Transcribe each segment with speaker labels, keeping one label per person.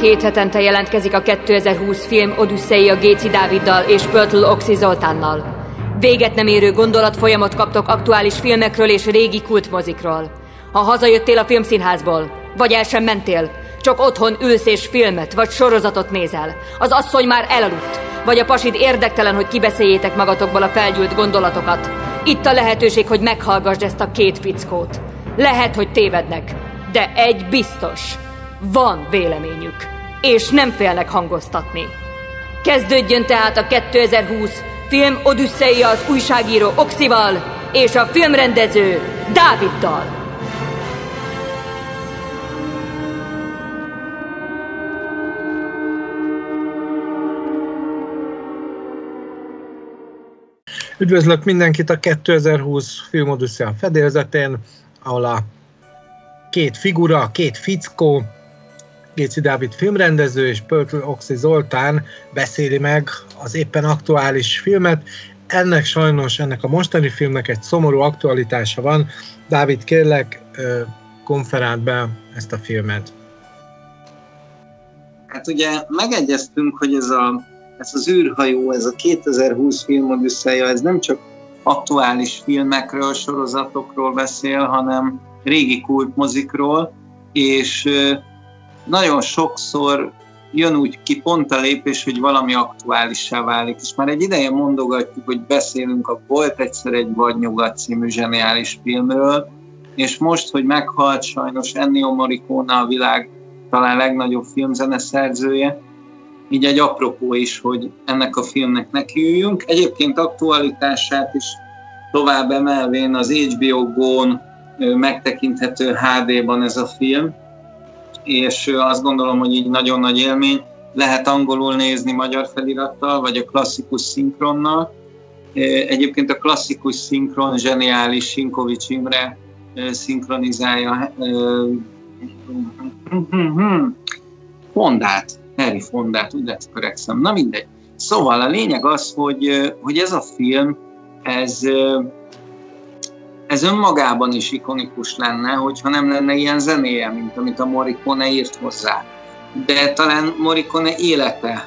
Speaker 1: 2 hetente jelentkezik a 2020 film Odüsszeia Géci Dáviddal és Pörtl Oxy Zoltánnal. Véget nem érő gondolatfolyamot kaptok aktuális filmekről és régi kultmozikról. Ha hazajöttél a filmszínházból, vagy el sem mentél, csak otthon ülsz és filmet vagy sorozatot nézel, az asszony már elaludt, vagy a pasid érdektelen, hogy kibeszéljétek magatokból a felgyűlt gondolatokat, itt a lehetőség, hogy meghallgassd ezt a 2 fickót. Lehet, hogy tévednek, de egy biztos. Van véleményük, és nem félnek hangoztatni. Kezdődjön tehát a 2020 film Odüsszeia az újságíró Oxyval és a filmrendező Dáviddal.
Speaker 2: Üdvözlök mindenkit a 2020 film Odüsszeia fedélzetén, ahol a 2 figura, 2 fickó, Géci Dávid filmrendező és Pörtl Oxy Zoltán beszéli meg az éppen aktuális filmet. Ennek a mostani filmnek egy szomorú aktualitása van. Dávid, kérlek, konferáld be ezt a filmet.
Speaker 3: Hát ugye megegyeztünk, hogy ez az űrhajó, ez a 2020 film Odüsszeia, ez nem csak aktuális filmekről, sorozatokról beszél, hanem régi kultmozikról, és nagyon sokszor jön úgy ki pont a lépés, hogy valami aktuálissá válik, és már egy ideje mondogatjuk, hogy beszélünk a Volt egyszer egy Vadnyugat című zseniális filmről, és most, hogy meghalt sajnos Ennio Morricone, a világ talán legnagyobb filmzeneszerzője, így egy apropó is, hogy ennek a filmnek nekiüljünk. Egyébként aktualitását is tovább emelvén az HBO Go-n megtekinthető HD-ban ez a film, és azt gondolom, hogy így nagyon nagy élmény. Lehet angolul nézni magyar felirattal, vagy a klasszikus szinkronnal. Egyébként a klasszikus szinkron zseniális, Sinkovics Imre szinkronizálja Fondát, Harry Fondát, úgy lehet körekszem. Na mindegy. Szóval a lényeg az, hogy ez a film, ez önmagában is ikonikus lenne, hogyha nem lenne ilyen zenéje, mint amit a Morricone írt hozzá. De talán Morricone élete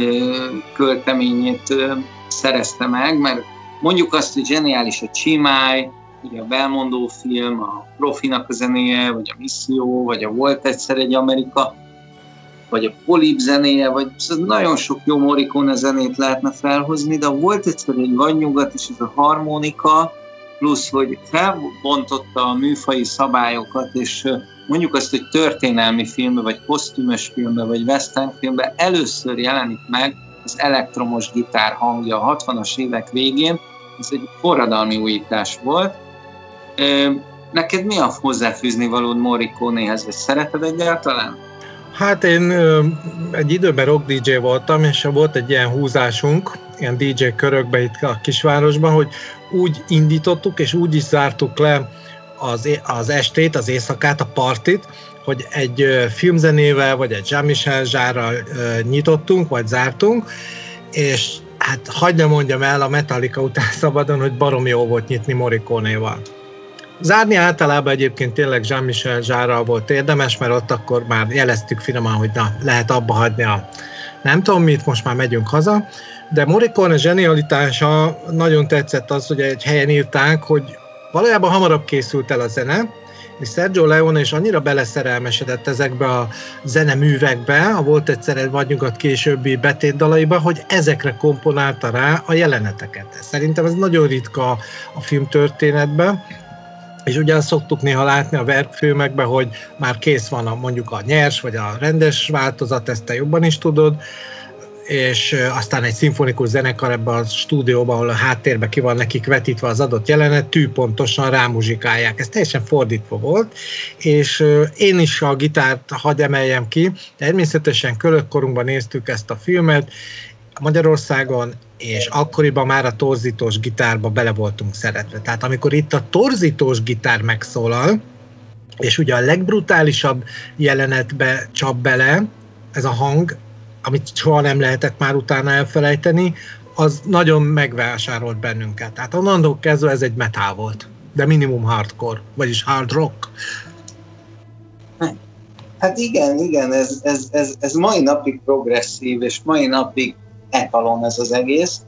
Speaker 3: költeményét szerezte meg, mert mondjuk azt, hogy zseniális a Csimály, ugye a Belmondó film, a Profinak a zenéje, vagy a Misszió, vagy a Volt egyszer egy Amerika, vagy a Polip zenéje, vagy nagyon sok jó Morricone zenét lehetne felhozni, de Volt egyszer egy Vadnyugat, és ez a harmonika, plusz, hogy felbontotta a műfaji szabályokat, és mondjuk azt, hogy történelmi filmben, vagy kosztümös filmben, vagy western filmben először jelenik meg az elektromos gitár hangja a 60-as évek végén. Ez egy forradalmi újítás volt. Neked mi a hozzáfűzni valód Morriconéhez, vagy szereted egyáltalán?
Speaker 2: Hát én egy időben rock DJ voltam, és volt egy ilyen húzásunk, ilyen DJ körökbe itt a kisvárosban, hogy úgy indítottuk, és úgy is zártuk le az estét, az éjszakát, a partit, hogy egy filmzenével, vagy egy Jean-Michel Jarre-ral nyitottunk, vagy zártunk, és hát hagyd ne mondjam el a Metallica után szabadon, hogy baromi jó volt nyitni Morricone-val. Zárni általában egyébként tényleg Jean-Michel Jarre-ral volt érdemes, mert ott akkor már jeleztük finoman, hogy na, lehet abba hagyni nem tudom mit, most már megyünk haza. De Morricone zsenialitása nagyon tetszett az, hogy egy helyen írták, hogy valójában hamarabb készült el a zene, és Sergio Leone is annyira beleszerelmesedett ezekbe a zeneművekbe, a Volt egyszer egy Vadnyugat későbbi betétdalaiba, hogy ezekre komponálta rá a jeleneteket. Szerintem ez nagyon ritka a filmtörténetben, és ugye azt szoktuk néha látni a verkfilmekben, hogy már kész van mondjuk a nyers vagy a rendes változat, ezt te jobban is tudod, és aztán egy szimfonikus zenekar ebben a stúdióban, ahol a háttérben ki van nekik vetítve az adott jelenet, tűpontosan rámuzsikálják. Ez teljesen fordítva volt, és én is a gitárt hadd emeljem ki. Természetesen körökkorunkban néztük ezt a filmet Magyarországon, és akkoriban már a torzítós gitárba bele voltunk szeretve. Tehát amikor itt a torzítós gitár megszólal, és ugye a legbrutálisabb jelenetbe csap bele ez a hang, amit soha nem lehetett már utána elfelejteni, az nagyon megvásárolt bennünket. Tehát onnantól kezdve ez egy metal volt, de minimum hardcore, vagyis hard rock.
Speaker 3: Hát igen, ez mai napig progresszív, és mai napig etalon ez az egész,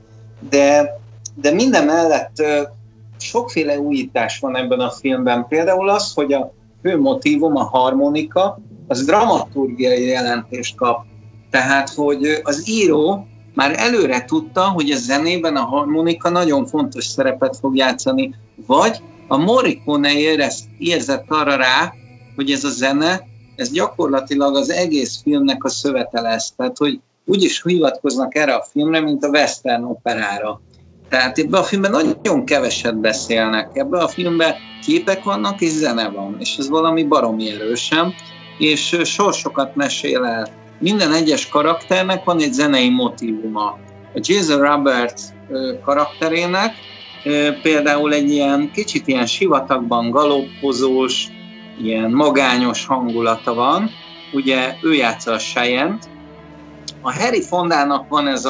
Speaker 3: de minden mellett sokféle újítás van ebben a filmben. Például az, hogy a fő motívum, a harmonika, az dramaturgiai jelentést kap. Tehát, hogy az író már előre tudta, hogy a zenében a harmonika nagyon fontos szerepet fog játszani, vagy a Morricone érzett arra rá, hogy ez a zene, ez gyakorlatilag az egész filmnek a szövete lesz. Tehát, hogy úgy is hivatkoznak erre a filmre, mint a western operára. Tehát ebben a filmben nagyon keveset beszélnek. Ebben a filmben képek vannak és zene van, és ez valami baromi erősen, és sorsokat mesél el. Minden egyes karakternek van egy zenei motívuma. A Jason Roberts karakterének például egy ilyen kicsit ilyen sivatagban galoppozós, ilyen magányos hangulata van. Ugye ő játsza a Cheyenne-t. A Harry Fondának van ez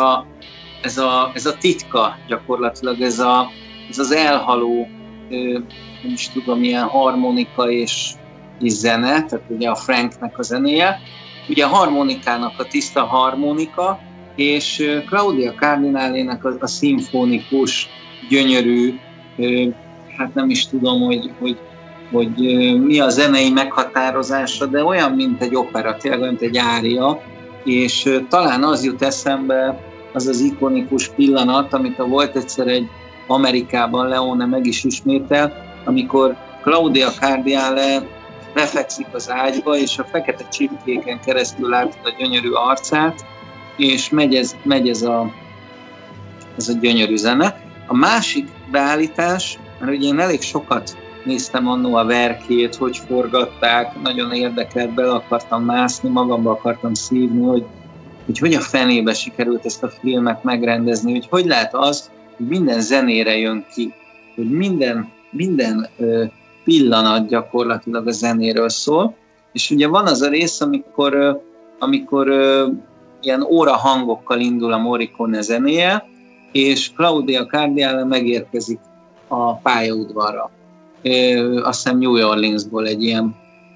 Speaker 3: a titka gyakorlatilag, ez az elhaló, nem is tudom, ilyen harmonika és zene, tehát ugye a Franknek a zenéje. Ugye a harmonikának a tiszta harmonika, és Claudia Cardinalének a szimfonikus, gyönyörű, hát nem is tudom, hogy mi a zenei meghatározása, de olyan, mint egy opera, tényleg olyan, mint egy ária, és talán az jut eszembe, az az ikonikus pillanat, amit volt egyszer egy Amerikában Leone meg is ismétel, amikor Claudia Cardinale befekszik az ágyba, és a fekete csipkéken keresztül látod a gyönyörű arcát, és megy ez a gyönyörű zene. A másik beállítás, mert ugye én elég sokat néztem annó a verkét, hogy forgatták, nagyon érdekelt, bele akartam mászni, magamba akartam szívni, hogy a fenébe sikerült ezt a filmet megrendezni, hogy lehet az, hogy minden zenére jön ki, hogy minden pillanat gyakorlatilag a zenéről szól, és ugye van az a rész, amikor ilyen óra hangokkal indul a Morricone zenéje, és Claudia Cardinale megérkezik a pályaudvarra. Azt hiszem New Orleansból egy ilyen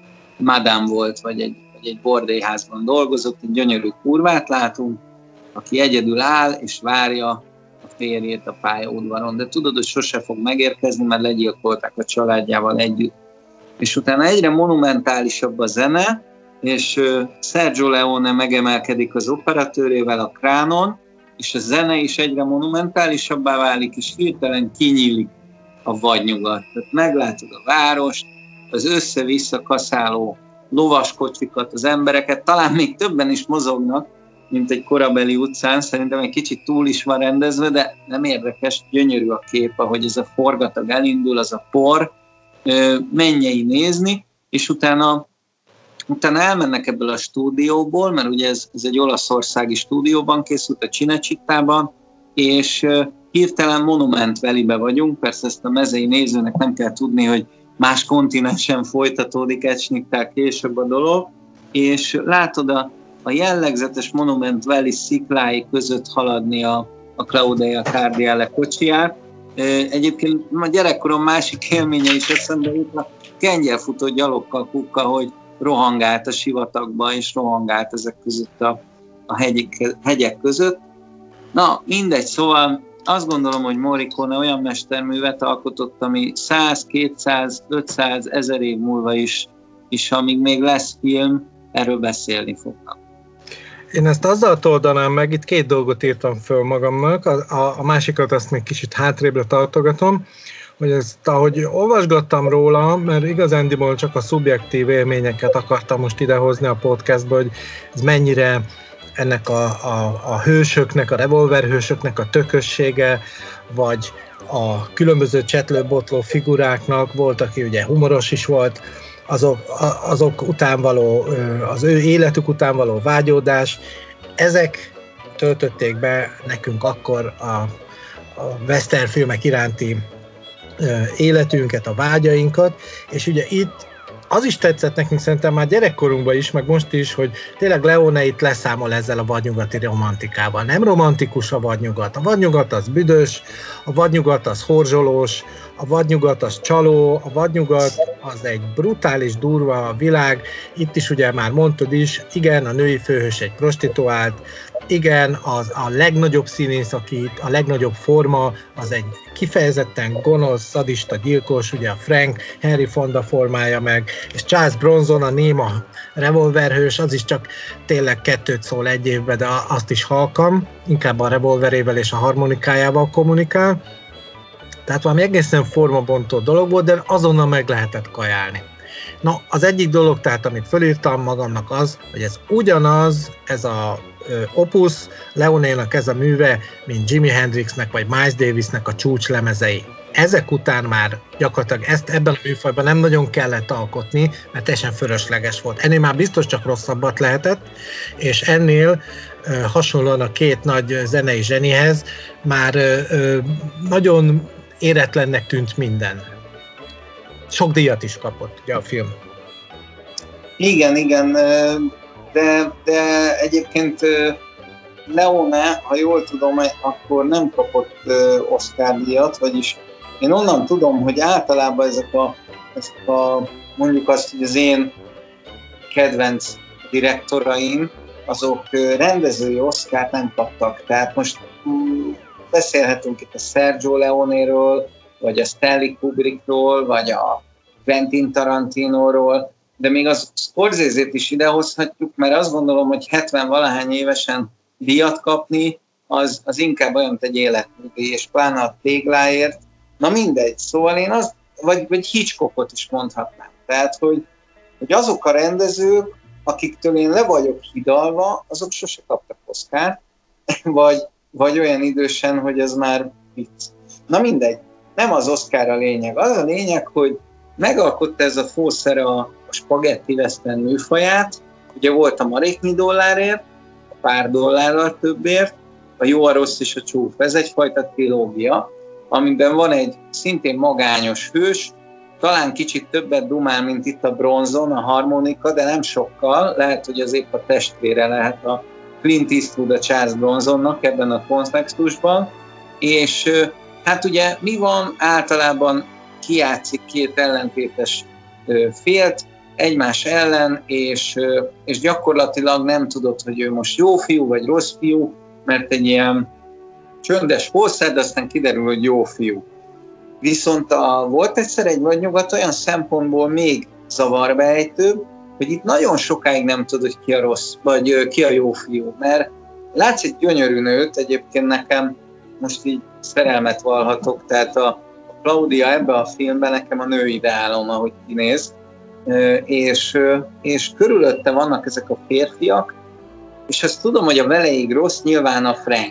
Speaker 3: madame volt, vagy egy bordélyházban dolgozott, egy gyönyörű kurvát látunk, aki egyedül áll és várja a férjét a pályaudvaron, de tudod, hogy sose fog megérkezni, mert legyilkolták a családjával együtt. És utána egyre monumentálisabb a zene, és Sergio Leone megemelkedik az operatőrével a kránon, és a zene is egyre monumentálisabbá válik, és hirtelen kinyílik a vadnyugat. Tehát meglátod a várost, az össze-vissza kaszáló lovaskocsikat, az embereket, talán még többen is mozognak, mint egy korabeli utcán, szerintem egy kicsit túl is van rendezve, de nem érdekes, gyönyörű a kép, ahogy ez a forgatag elindul, az a por, mennyei nézni, és utána elmennek ebből a stúdióból, mert ugye ez egy olaszországi stúdióban készült, a Cinecittában, és hirtelen Monument Valleybe vagyunk, persze ezt a mezei nézőnek nem kell tudni, hogy más kontinensen folytatódik, ecsniktál később a dolog, és látod a jellegzetes Monument Valley sziklái között haladni a Claudia Cardinale kocsiját. Egyébként a gyerekkorom másik élménye is eszembe jut, a kengyelfutó gyalogkal kukka, hogy rohangált a sivatagba, és rohangált ezek között a hegyek között. Na, mindegy, szóval azt gondolom, hogy Morricone olyan mesterművet alkotott, ami 100, 200, 500, 1000 év múlva is, amíg még lesz film, erről beszélni fognak.
Speaker 2: Én ezt azzal toldanám meg, itt 2 dolgot írtam föl magamnak, a másikat azt még kicsit hátrébre tartogatom, hogy ezt, ahogy olvasgattam róla, mert igazándiból csak a szubjektív élményeket akartam most idehozni a podcastba, hogy ez mennyire ennek a hősöknek, a revolverhősöknek a tökössége, vagy a különböző csetlő-botló figuráknak volt, aki ugye humoros is volt, azok után való, az ő életük után való vágyódás, ezek töltötték be nekünk akkor a western filmek iránti életünket, a vágyainkat, és ugye itt az is tetszett nekünk szerintem már gyerekkorunkban is, meg most is, hogy tényleg Leone itt leszámol ezzel a vadnyugati romantikával. Nem romantikus a vadnyugat. A vadnyugat az büdös, a vadnyugat az horzsolós, a vadnyugat az csaló, a vadnyugat az egy brutális, durva világ. Itt is ugye már mondtad is, igen, a női főhős egy prostituált, igen, a legnagyobb színész, aki itt a legnagyobb forma, az egy kifejezetten gonosz, szadista gyilkos, ugye a Frank, Henry Fonda formája meg, és Charles Bronson, a néma revolverhős, az is csak tényleg 2 szól egy évben, de azt is halkan, inkább a revolverével és a harmonikájával kommunikál. Tehát valami egészen formabontó dolog volt, de azonnal meg lehetett kajálni. Na, az egyik dolog, tehát amit fölírtam magamnak az, hogy ez ugyanaz, ez a opus, Leone-nak ez a műve, mint Jimi Hendrixnek vagy Miles Davisnek a csúcslemezei. Ezek után már gyakorlatilag ezt ebben a műfajban nem nagyon kellett alkotni, mert teljesen fölösleges volt. Ennél már biztos csak rosszabbat lehetett, és ennél hasonlóan a 2 nagy zenei zsenihez már nagyon éretlennek tűnt minden. Sok díjat is kapott ugye a film.
Speaker 3: Igen, de egyébként Leone, ha jól tudom, akkor nem kapott Oscar-díjat, vagyis én onnan tudom, hogy általában ezek a mondjuk azt, hogy az én kedvenc direktoraim, azok rendezői Oscart nem kaptak. Tehát most beszélhetünk itt a Sergio Leone-ről, vagy a Stanley Kubrickról, vagy a Quentin Tarantinóról, de még az Scorsese-t is idehozhatjuk, mert azt gondolom, hogy 70-valahány évesen díjat kapni, az inkább olyan, mint egy életműdíj, és pláne a Tégláért. Na mindegy, szóval én azt, vagy Hitchcockot is mondhatnám. Tehát, hogy azok a rendezők, akiktől én le vagyok hidalva, azok sose kaptak Oscart, vagy olyan idősen, hogy ez már vicc. Na mindegy, nem az Oscar a lényeg. Az a lényeg, hogy megalkotta ez a Fawcett a spagetti western műfaját, ugye volt a Maréknyi dollárért, a pár dollárral többért, a Jó, a rossz és a csúf. Ez egyfajta trilógia, amiben van egy szintén magányos hős, talán kicsit többet dumál, mint itt a Bronson, a harmonika, de nem sokkal, lehet, hogy az épp a testvére lehet a Clint Eastwood a Charles Bronsonnak ebben a kontextusban, és hát ugye mi van? Általában kijátszik 2 ellentétes félt egymás ellen, és gyakorlatilag nem tudod, hogy ő most jó fiú vagy rossz fiú, mert egy ilyen csöndes Fawcett, de aztán kiderül, hogy jó fiú. Viszont volt egyszer egy vadnyugat olyan szempontból még zavarbejtőbb, hogy itt nagyon sokáig nem tudod, hogy ki a rossz, vagy ki a jó fiú, mert látsz egy gyönyörű nőt, egyébként nekem most így szerelmet vallhatok, tehát a Claudia ebben a filmben nekem a nő ideálom, ahogy kinéz, és körülötte vannak ezek a férfiak, és azt tudom, hogy a veleig rossz, nyilván a Frank.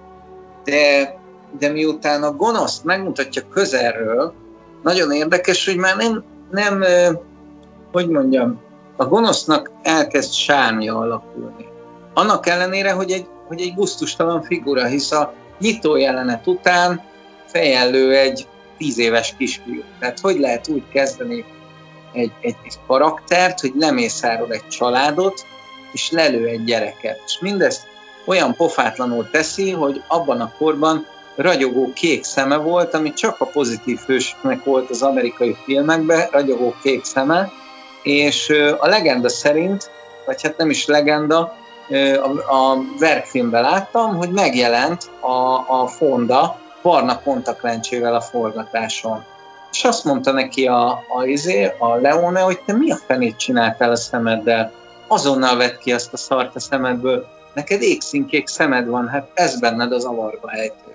Speaker 3: De miután a gonoszt megmutatja közelről, nagyon érdekes, hogy már nem hogy mondjam, a gonosznak elkezd sármja alakulni. Annak ellenére, hogy egy gusztustalan figura, hisz a nyitó jelenet után fejjel lő egy 10 éves kisfiú. Tehát hogy lehet úgy kezdeni egy karaktert, hogy lemészárol egy családot, és lelő egy gyereket. És mindezt olyan pofátlanul teszi, hogy abban a korban ragyogó kék szeme volt, ami csak a pozitív hősöknek volt az amerikai filmekben, ragyogó kék szeme, és a legenda szerint, vagy hát nem is legenda, a verkfilmben láttam, hogy megjelent a Fonda barna kontaktlencsével a forgatáson. És azt mondta neki a Leone, hogy te mi a fenét csináltál a szemeddel? Azonnal vedd ki azt a szart a szemedből. Neked égszínkék szemed van, hát ez benned az avarba ejtő.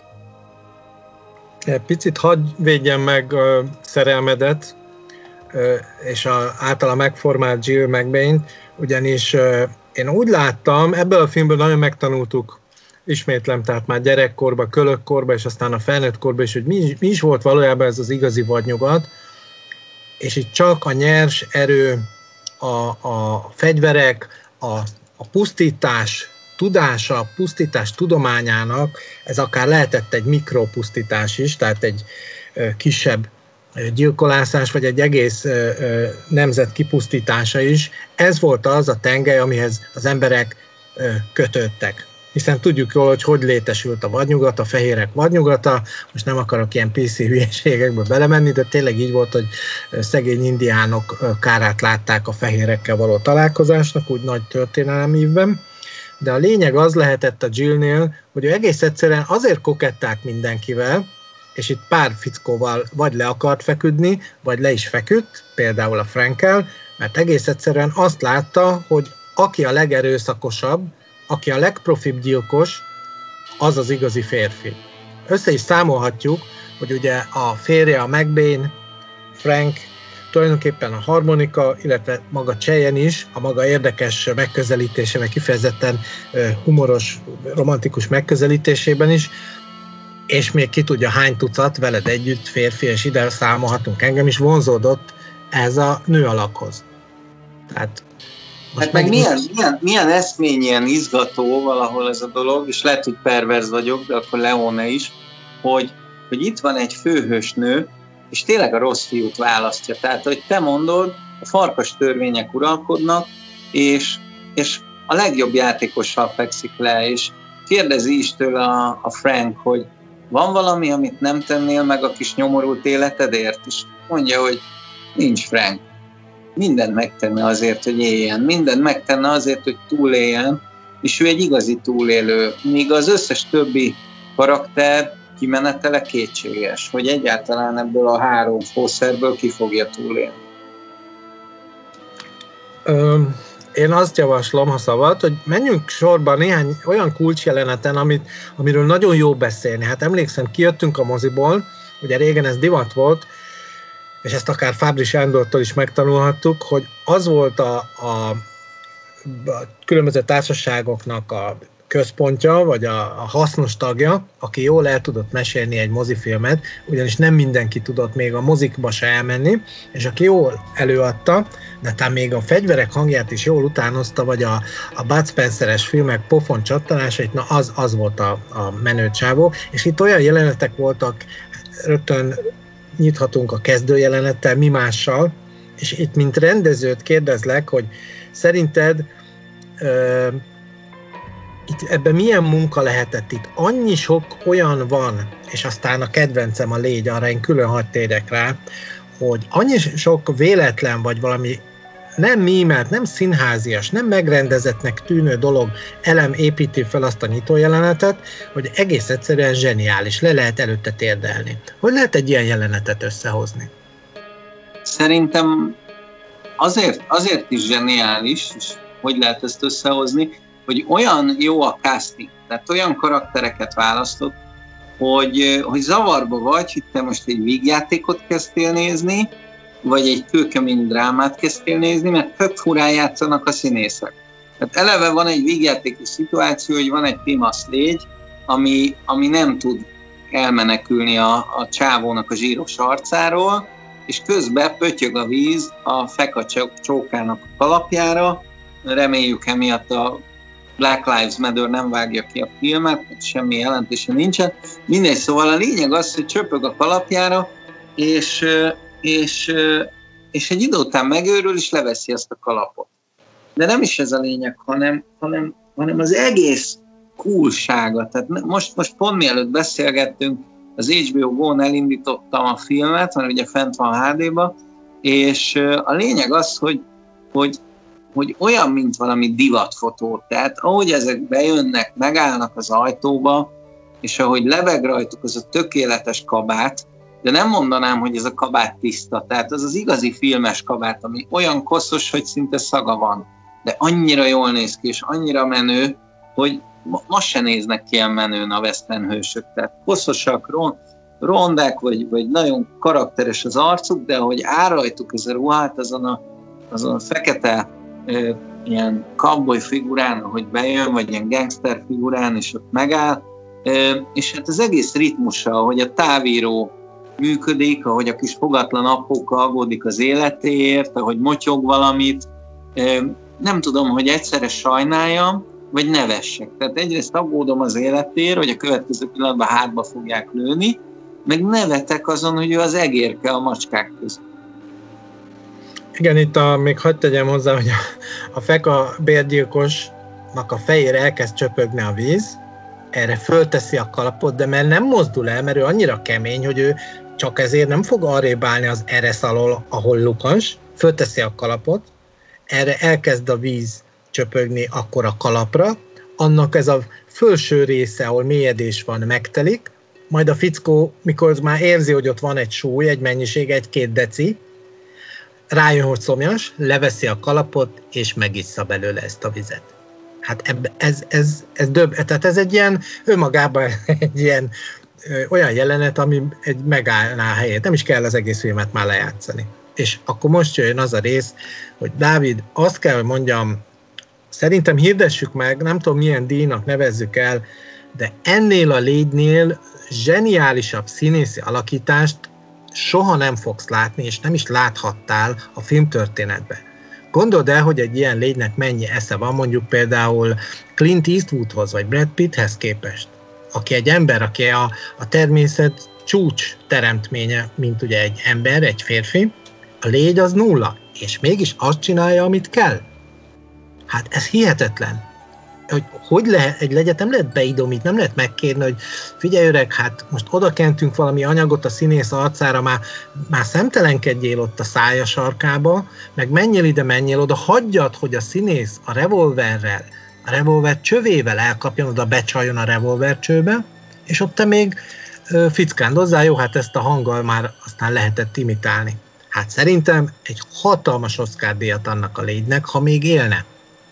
Speaker 2: Picit hadd védjem meg a szerelmedet, és általa megformált Jill McBain-t, ugyanis én úgy láttam, ebből a filmből nagyon megtanultuk, ismétlem, tehát már gyerekkorban, kölökkorban, és aztán a felnőtt korban is, hogy mi is volt valójában ez az igazi vadnyugat, és itt csak a nyers erő, a fegyverek, a pusztítás tudása, a pusztítás tudományának, ez akár lehetett egy mikropusztítás is, tehát egy kisebb gyilkolászás, vagy egy egész nemzet kipusztítása is, ez volt az a tengely, amihez az emberek kötődtek. Hiszen tudjuk jól, hogy létesült a vadnyugat, a fehérek vadnyugata, most nem akarok ilyen PC hülyeségekbe belemenni, de tényleg így volt, hogy szegény indiánok kárát látták a fehérekkel való találkozásnak, úgy nagy történelemívben. De a lényeg az lehetett a Jillnél, hogy ő egész egyszerűen azért koketták mindenkivel, és itt pár fickóval vagy le akart feküdni, vagy le is feküdt, például a Frankel, mert egész egyszerűen azt látta, hogy aki a legerőszakosabb, aki a legprofibb gyilkos, az az igazi férfi. Össze is számolhatjuk, hogy ugye a férje, a McBain, Frank, tulajdonképpen a harmonika, illetve maga Cheyenne is, a maga érdekes megközelítésével, kifejezetten humoros, romantikus megközelítésében is, és még ki tudja hány tucat veled együtt férfi, és ide számolhatunk, engem is vonzódott ez a nő alakhoz. Tehát
Speaker 3: hát meg milyen eszmény, ilyen izgató valahol ez a dolog, és lehet, hogy perverz vagyok, de akkor Leone is, hogy itt van egy főhős nő, és tényleg a rossz fiút választja. Tehát, hogy te mondod, a farkas törvények uralkodnak, és a legjobb játékossal fekszik le, és kérdezi is tőle a Frank, hogy van valami, amit nem tennél meg a kis nyomorult életedért? És mondja, hogy nincs, Frank. Mindent megtenne azért, hogy éljen. Mindent megtenne azért, hogy túléljen, és ő egy igazi túlélő. Míg az összes többi karakter kimenetele kétséges, hogy egyáltalán ebből a 3 fószerből ki fogja túlélni.
Speaker 2: Én azt javaslom, ha szabad, hogy menjünk sorba néhány olyan kulcsjeleneten, amiről nagyon jó beszélni. Hát emlékszem, kijöttünk a moziból, ugye régen ez divat volt, és ezt akár Fábry Sándortól is megtanulhattuk, hogy az volt a különböző társaságoknak a központja, vagy a hasznos tagja, aki jól el tudott mesélni egy mozifilmet, ugyanis nem mindenki tudott még a mozikba se elmenni, és aki jól előadta, de talán még a fegyverek hangját is jól utánozta, vagy a Bud Spencer-es filmek pofon csattanásait, na az volt a menő csávó, és itt olyan jelenetek voltak, rögtön nyithatunk a kezdőjelenettel, mi mással, és itt mint rendezőt kérdezlek, hogy szerinted itt ebben milyen munka lehetett itt? Annyi sok olyan van, és aztán a kedvencem a légy, arra én külön hadd térjek rá, hogy annyi sok véletlen, vagy valami nem mímelt, nem színházias, nem megrendezettnek tűnő dolog elem építi fel azt a nyitójelenetet, hogy egész egyszerűen zseniális, le lehet előtte térdelni. Hogy lehet egy ilyen jelenetet összehozni?
Speaker 3: Szerintem azért is zseniális, és hogy lehet ezt összehozni, hogy olyan jó a casting, tehát olyan karaktereket választott, hogy zavarba vagy, hogy te most egy vígjátékot kezdtél nézni, vagy egy kőkemény drámát kezdtél nézni, mert tök furán játszanak a színészek. Tehát eleve van egy vígjátéki szituáció, hogy van egy pimasz légy, ami nem tud elmenekülni a csávónak a zsíros arcáról, és közben pötyög a víz a fekacsókának a kalapjára, reméljük emiatt a Black Lives Matter nem vágja ki a filmet, semmi jelentése nincsen. Mindegy, szóval a lényeg az, hogy csöpög a kalapjára, és egy idő után megőrül, és leveszi azt a kalapot. De nem is ez a lényeg, hanem az egész coolsága. Tehát most pont mielőtt beszélgettünk, az HBO Go-n elindítottam a filmet, mert ugye fent van HD-ba, és a lényeg az, hogy olyan, mint valami divatfotó. Tehát ahogy ezek bejönnek, megállnak az ajtóba, és ahogy lebeg rajtuk az a tökéletes kabát, de nem mondanám, hogy ez a kabát tiszta. Tehát az az igazi filmes kabát, ami olyan koszos, hogy szinte szaga van. De annyira jól néz ki, és annyira menő, hogy most se néznek ki ilyen menőn a western hősök. Tehát koszosak, rondák, vagy nagyon karakteres az arcuk, de ahogy áll rajtuk ez a ruhát, azon a fekete ilyen cowboy figurán, ahogy bejön, vagy ilyen gangster figurán, és ott megáll, és hát az egész ritmusa, ahogy a távíró működik, ahogy a kis fogatlan apóka aggódik az életéért, ahogy motyog valamit, nem tudom, hogy egyszerre sajnáljam, vagy nevessek. Tehát egyrészt aggódom az életéért, hogy a következő pillanatban hátba fogják lőni, meg nevetek azon, hogy ő az egérke a macskák között.
Speaker 2: Igen, itt még hagyd tegyem hozzá, hogy a Feka bérgyilkosnak a fejére elkezd csöpögni a víz, erre fölteszi a kalapot, de mert nem mozdul el, mert ő annyira kemény, hogy ő csak ezért nem fog arrébb állni az eresz alól, ahol lukas, fölteszi a kalapot, erre elkezd a víz csöpögni akkor a kalapra, annak ez a felső része, ahol mélyedés van, megtelik, majd a fickó, mikor már érzi, hogy ott van egy súly, egy mennyiség, 1-2 deci, rájön, hogy szomjas, leveszi a kalapot, és megissza belőle ezt a vizet. Hát tehát ez egy ilyen, önmagában egy ilyen olyan jelenet, ami egy megállná a helyét. Nem is kell az egész filmet már lejátszani. És akkor most jön az a rész, hogy Dávid, azt kell, hogy mondjam, szerintem hirdessük meg, nem tudom milyen díjnak nevezzük el, de ennél a légynél zseniálisabb színészi alakítást soha nem fogsz látni, és nem is láthattál a filmtörténetben. Gondold el, hogy egy ilyen légynek mennyi esze van, mondjuk például Clint Eastwoodhoz, vagy Brad Pitthez képest, aki egy ember, aki a természet csúcs teremtménye, mint ugye egy ember, egy férfi, a légy az 0, és mégis azt csinálja, amit kell. Hát ez hihetetlen. Hogy lehet, egy legyet nem lehet beidomítani, nem lehet megkérni, hogy figyelj öreg, hát most odakentünk valami anyagot a színész arcára, már szemtelenkedjél ott a szája sarkába, meg menjél ide, menjél oda, hagyjad, hogy a színész a revolver csövével elkapjon, oda becsaljon a revolver csőbe, és ott te még fickándozzál, jó, hát ezt a hanggal már aztán lehetett imitálni. Hát szerintem egy hatalmas Oscar-díjat annak a légynek, ha még élne.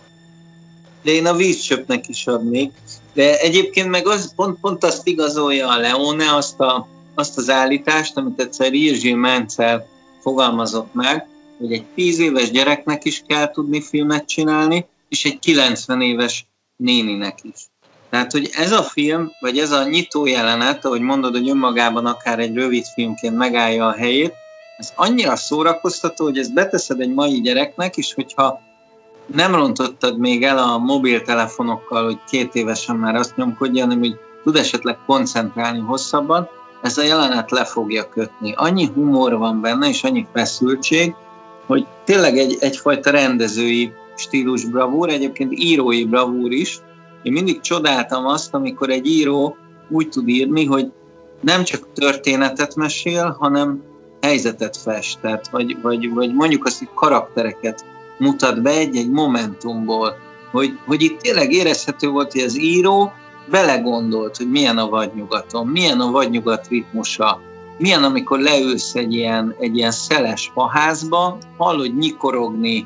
Speaker 3: De én a vízcsöpnek is adnék. De egyébként meg az, pont azt igazolja a Leone, azt az állítást, amit egyszer Jiří Menzel fogalmazott meg, hogy egy 10 éves gyereknek is kell tudni filmet csinálni, és egy 90 éves néninek is. Tehát, hogy ez a film, vagy ez a nyitó jelenet, ahogy mondod, hogy önmagában akár egy rövid filmként megállja a helyét, ez annyira szórakoztató, hogy ezt beteszed egy mai gyereknek, és hogyha nem rontottad még el a mobiltelefonokkal, hogy 2 évesen már azt nyomkodja, hanem hogy tud esetleg koncentrálni hosszabban, ez a jelenet le fogja kötni. Annyi humor van benne, és annyi feszültség, hogy tényleg egyfajta rendezői stílus bravúr, egyébként írói bravúr is. Én mindig csodáltam azt, amikor egy író úgy tud írni, hogy nem csak történetet mesél, hanem helyzetet fest, tehát, vagy mondjuk azt, hogy karaktereket mutat be egy momentumból, hogy itt tényleg érezhető volt, hogy az író belegondolt, hogy milyen a vadnyugaton, milyen a vadnyugat ritmusa, milyen, amikor leülsz egy ilyen szeles faházba, hallod nyikorogni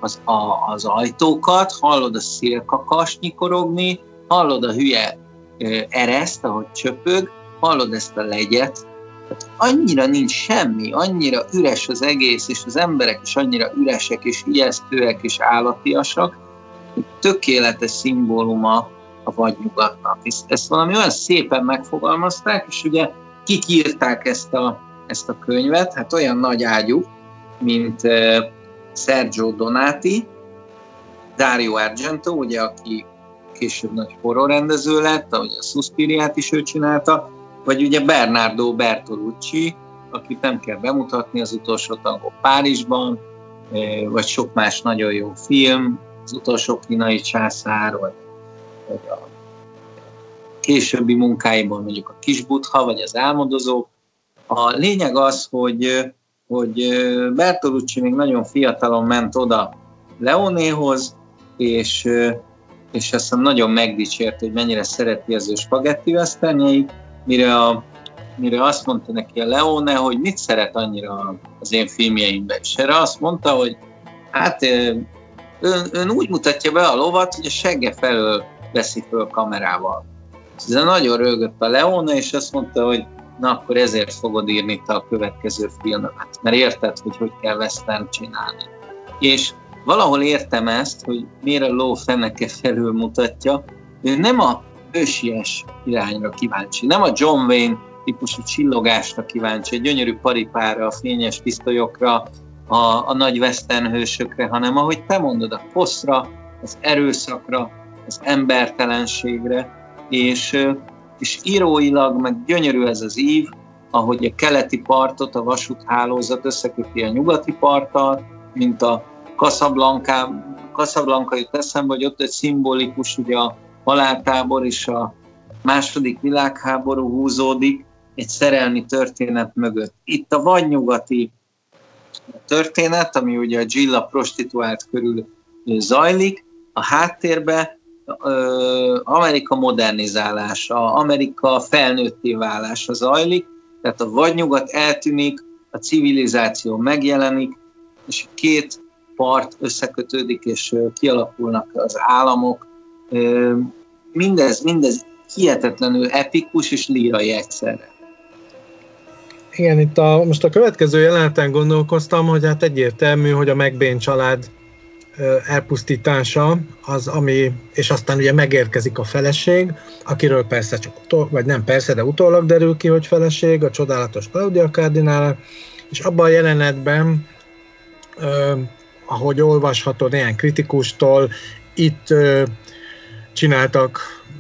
Speaker 3: az ajtókat, hallod a szélkakas nyikorogni, hallod a hülye ereszt, ahogy csöpög, hallod ezt a legyet. Tehát annyira nincs semmi, annyira üres az egész, és az emberek is annyira üresek, és ijesztőek, és állatiasak, hogy tökéletes szimbóluma a vadnyugatnak. Ezt valami olyan szépen megfogalmazták, és ugye kik írták ezt a könyvet, hát olyan nagy ágyú, mint Sergio Donati, Dario Argento, ugye, aki később nagy horrorrendező lett, ahogy a Suspiriát is ő csinálta, vagy ugye Bernardo Bertolucci, akit nem kell bemutatni, Az utolsó tangó Párizsban, vagy sok más nagyon jó film, Az utolsó kínai császár, vagy a későbbi munkáiból mondjuk a Kis Buddha, vagy az Álmodozók. A lényeg az, hogy Bertolucci még nagyon fiatalon ment oda Leonéhoz, és azt hiszem nagyon megdicsért, hogy mennyire szereti az ő spagetti westernjeit, mire azt mondta neki a Leone, hogy mit szeret annyira az én filmjeimben. És erre azt mondta, hogy hát ön úgy mutatja be a lovat, hogy a segge felől veszi föl kamerával. Ezzel nagyon rögött a Leone, és azt mondta, hogy na akkor ezért fogod írni te a következő filmet, mert érted, hogy kell western csinálni. És valahol értem ezt, hogy miért a ló feneke felül mutatja, ő nem a ősies irányra kíváncsi, nem a John Wayne típusú csillogásra kíváncsi, egy gyönyörű paripára, a fényes pisztolyokra, a nagy western hősökre, hanem ahogy te mondod, a foszra, az erőszakra, az embertelenségre, és íróilag meg gyönyörű ez az ív, ahogy a keleti partot, a vasúthálózat összeköti a nyugati parttal, mint a Casablanca jut eszembe, hogy ott egy szimbolikus, ugye a haláltábor és a második világháború húzódik egy szerelmi történet mögött. Itt a vadnyugati történet, ami ugye a Gilla prostituált körül zajlik, a háttérben Amerika modernizálása, Amerika felnőtté válása zajlik, tehát a vadnyugat eltűnik, a civilizáció megjelenik, és két part összekötődik, és kialakulnak az államok. Mindez hihetetlenül epikus és lírai egyszerre.
Speaker 2: Igen, itt most a következő jeleneten gondolkoztam, hogy hát egyértelmű, hogy a McBain család elpusztítása az, ami, és aztán ugye megérkezik a feleség, akiről persze vagy nem persze, de utólag derül ki, hogy feleség, a csodálatos Claudia Cardinale, és abban a jelenetben, ahogy olvashatod ilyen kritikustól, itt csináltak,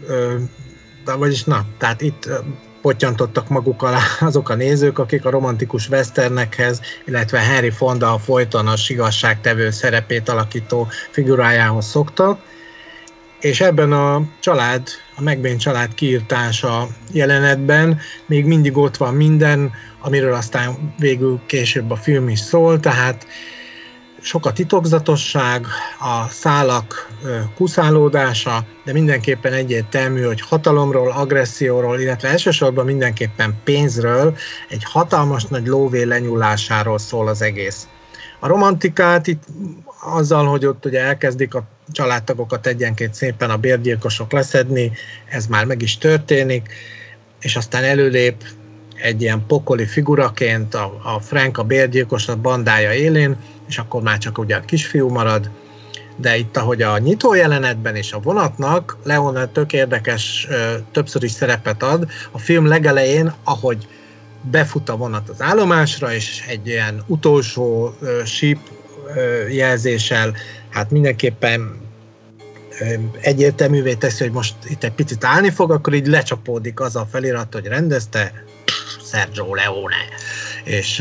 Speaker 2: tehát itt pottyantottak maguk alá azok a nézők, akik a romantikus westernekhez, illetve Henry Fonda a folytonos igazságtevő szerepét alakító figurájához szoktak, és ebben a McBain család kiirtása jelenetben még mindig ott van minden, amiről aztán végül később a film is szól, tehát sok a titokzatosság, a szálak kuszálódása, de mindenképpen egyértelmű, hogy hatalomról, agresszióról, illetve elsősorban mindenképpen pénzről, egy hatalmas nagy lóvé lenyúlásáról szól az egész. A romantikát itt azzal, hogy ott ugye elkezdik a családtagokat egyenként szépen a bérgyilkosok leszedni, ez már meg is történik, és aztán előlép egy ilyen pokoli figuraként a Frank, a bérgyilkos, a bandája élén, és akkor már csak ugye a kisfiú marad, de itt, ahogy a nyitó jelenetben és a vonatnak, Leone tök érdekes, többször is szerepet ad. A film legelején, ahogy befut a vonat az állomásra, és egy ilyen utolsó síp jelzéssel, hát mindenképpen egyértelművé teszi, hogy most itt egy picit állni fog, akkor így lecsapódik az a felirat, hogy rendezte Sergio Leone. És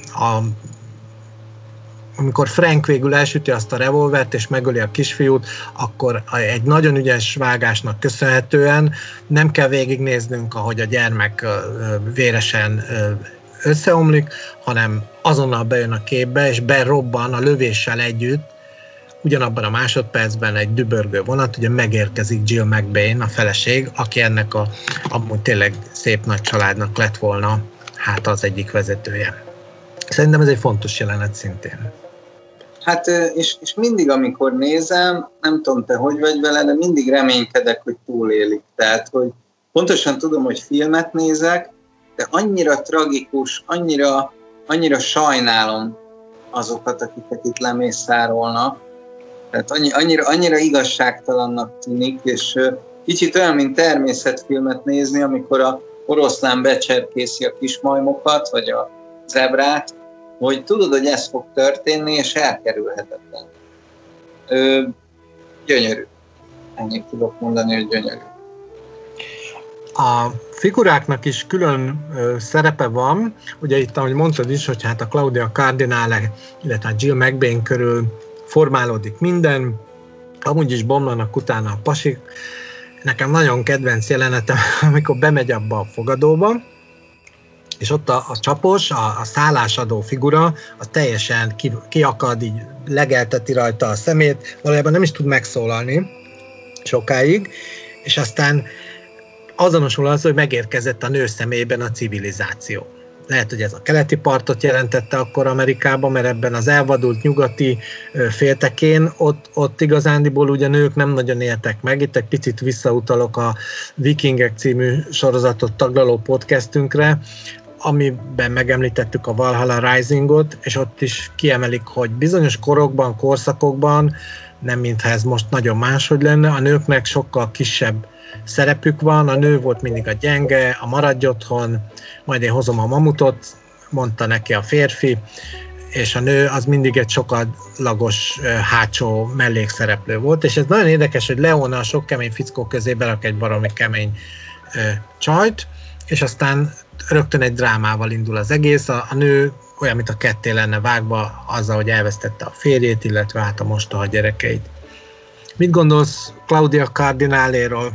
Speaker 2: amikor Frank végül elsüti azt a revolvert és megöli a kisfiút, akkor egy nagyon ügyes vágásnak köszönhetően nem kell végignéznünk, ahogy a gyermek véresen összeomlik, hanem azonnal bejön a képbe, és berobban a lövéssel együtt, ugyanabban a másodpercben egy dübörgő vonat, ugye megérkezik Jill McBain, a feleség, aki ennek amúgy tényleg szép nagy családnak lett volna hát az egyik vezetője. Szerintem ez egy fontos jelenet szintén.
Speaker 3: Hát, és mindig, amikor nézem, nem tudom, te hogy vagy vele, de mindig reménykedek, hogy túlélik. Tehát, hogy pontosan tudom, hogy filmet nézek, de annyira tragikus, annyira sajnálom azokat, akiket itt lemészárolnak. Tehát annyira igazságtalannak tűnik, és kicsit olyan, mint természetfilmet nézni, amikor a oroszlán becserkészi a kismajmokat, vagy a zebrát, hogy tudod, hogy ez fog történni, és elkerülhetetlen. Gyönyörű. Ennyit tudok mondani, hogy gyönyörű.
Speaker 2: A figuráknak is külön szerepe van, ugye itt, ahogy mondtad is, hogy hát a Claudia Cardinale, illetve a Jill McBain körül formálódik minden, amúgy is bomlanak utána a pasik. Nekem nagyon kedvenc jelenetem, amikor bemegy abba a fogadóba, és ott a csapos, a szállásadó figura, az teljesen kiakad, így legelteti rajta a szemét, valójában nem is tud megszólalni sokáig, és aztán azonosul az, hogy megérkezett a nő személyében a civilizáció. Lehet, hogy ez a keleti partot jelentette akkor Amerikában, mert ebben az elvadult nyugati féltekén ott igazándiból ugye nők nem nagyon éltek meg. Itt egy picit visszautalok a Vikingek című sorozatot taglaló podcastünkre, amiben megemlítettük a Valhalla Risingot, és ott is kiemelik, hogy bizonyos korokban, korszakokban, nem mintha ez most nagyon máshogy lenne, a nőknek sokkal kisebb szerepük van, a nő volt mindig a gyenge, a maradj otthon, majd én hozom a mamutot, mondta neki a férfi, és a nő az mindig egy sokadlagos hátsó mellékszereplő volt, és ez nagyon érdekes, hogy Leone a sok kemény fickó közé berak egy baromi kemény csajt, és aztán rögtön egy drámával indul az egész, a nő olyan, mint a ketté lenne vágva azzal, hogy elvesztette a férjét, illetve hát a mostoha gyerekeit. Mit gondolsz Claudia Cardinaléről?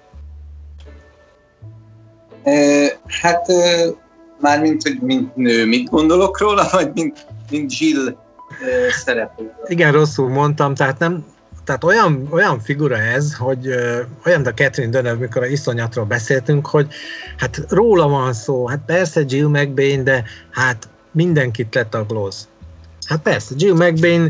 Speaker 3: Mármint, hogy mint nő, mit gondolok róla, vagy mint Jill szereplő?
Speaker 2: Igen, rosszul mondtam, tehát olyan figura ez, hogy olyan, de Catherine Deneuve, mikor a iszonyatról beszéltünk, hogy hát róla van szó, hát persze Jill McBain, de hát mindenkit letaglóz. Hát persze, Jill McBain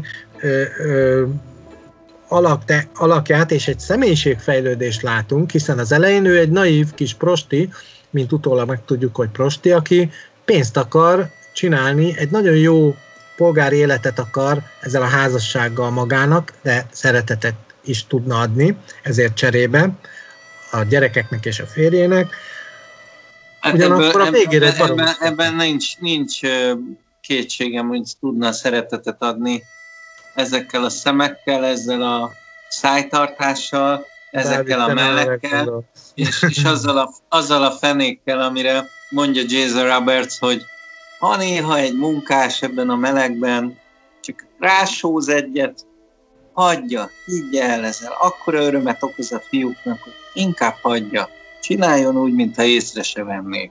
Speaker 2: alakját és egy személyiségfejlődést látunk, hiszen az elején ő egy naív kis prosti, mint utólag megtudjuk, hogy prosti, aki pénzt akar csinálni, egy nagyon jó polgári életet akar ezzel a házassággal magának, de szeretetet is tudna adni, ezért cserébe a gyerekeknek és a férjének.
Speaker 3: Ugyanakkor a végére ebben nincs kétségem, hogy tudna szeretetet adni ezekkel a szemekkel, ezzel a szájtartással, ezekkel a mellekkel, és azzal a fenékkel, amire mondja Jason Roberts, hogy ha néha egy munkás ebben a melegben csak rásóz egyet, hagyja, higgye el ezzel, akkora örömet okoz a fiúknak, hogy inkább hagyja, csináljon úgy, mintha észre se vennék.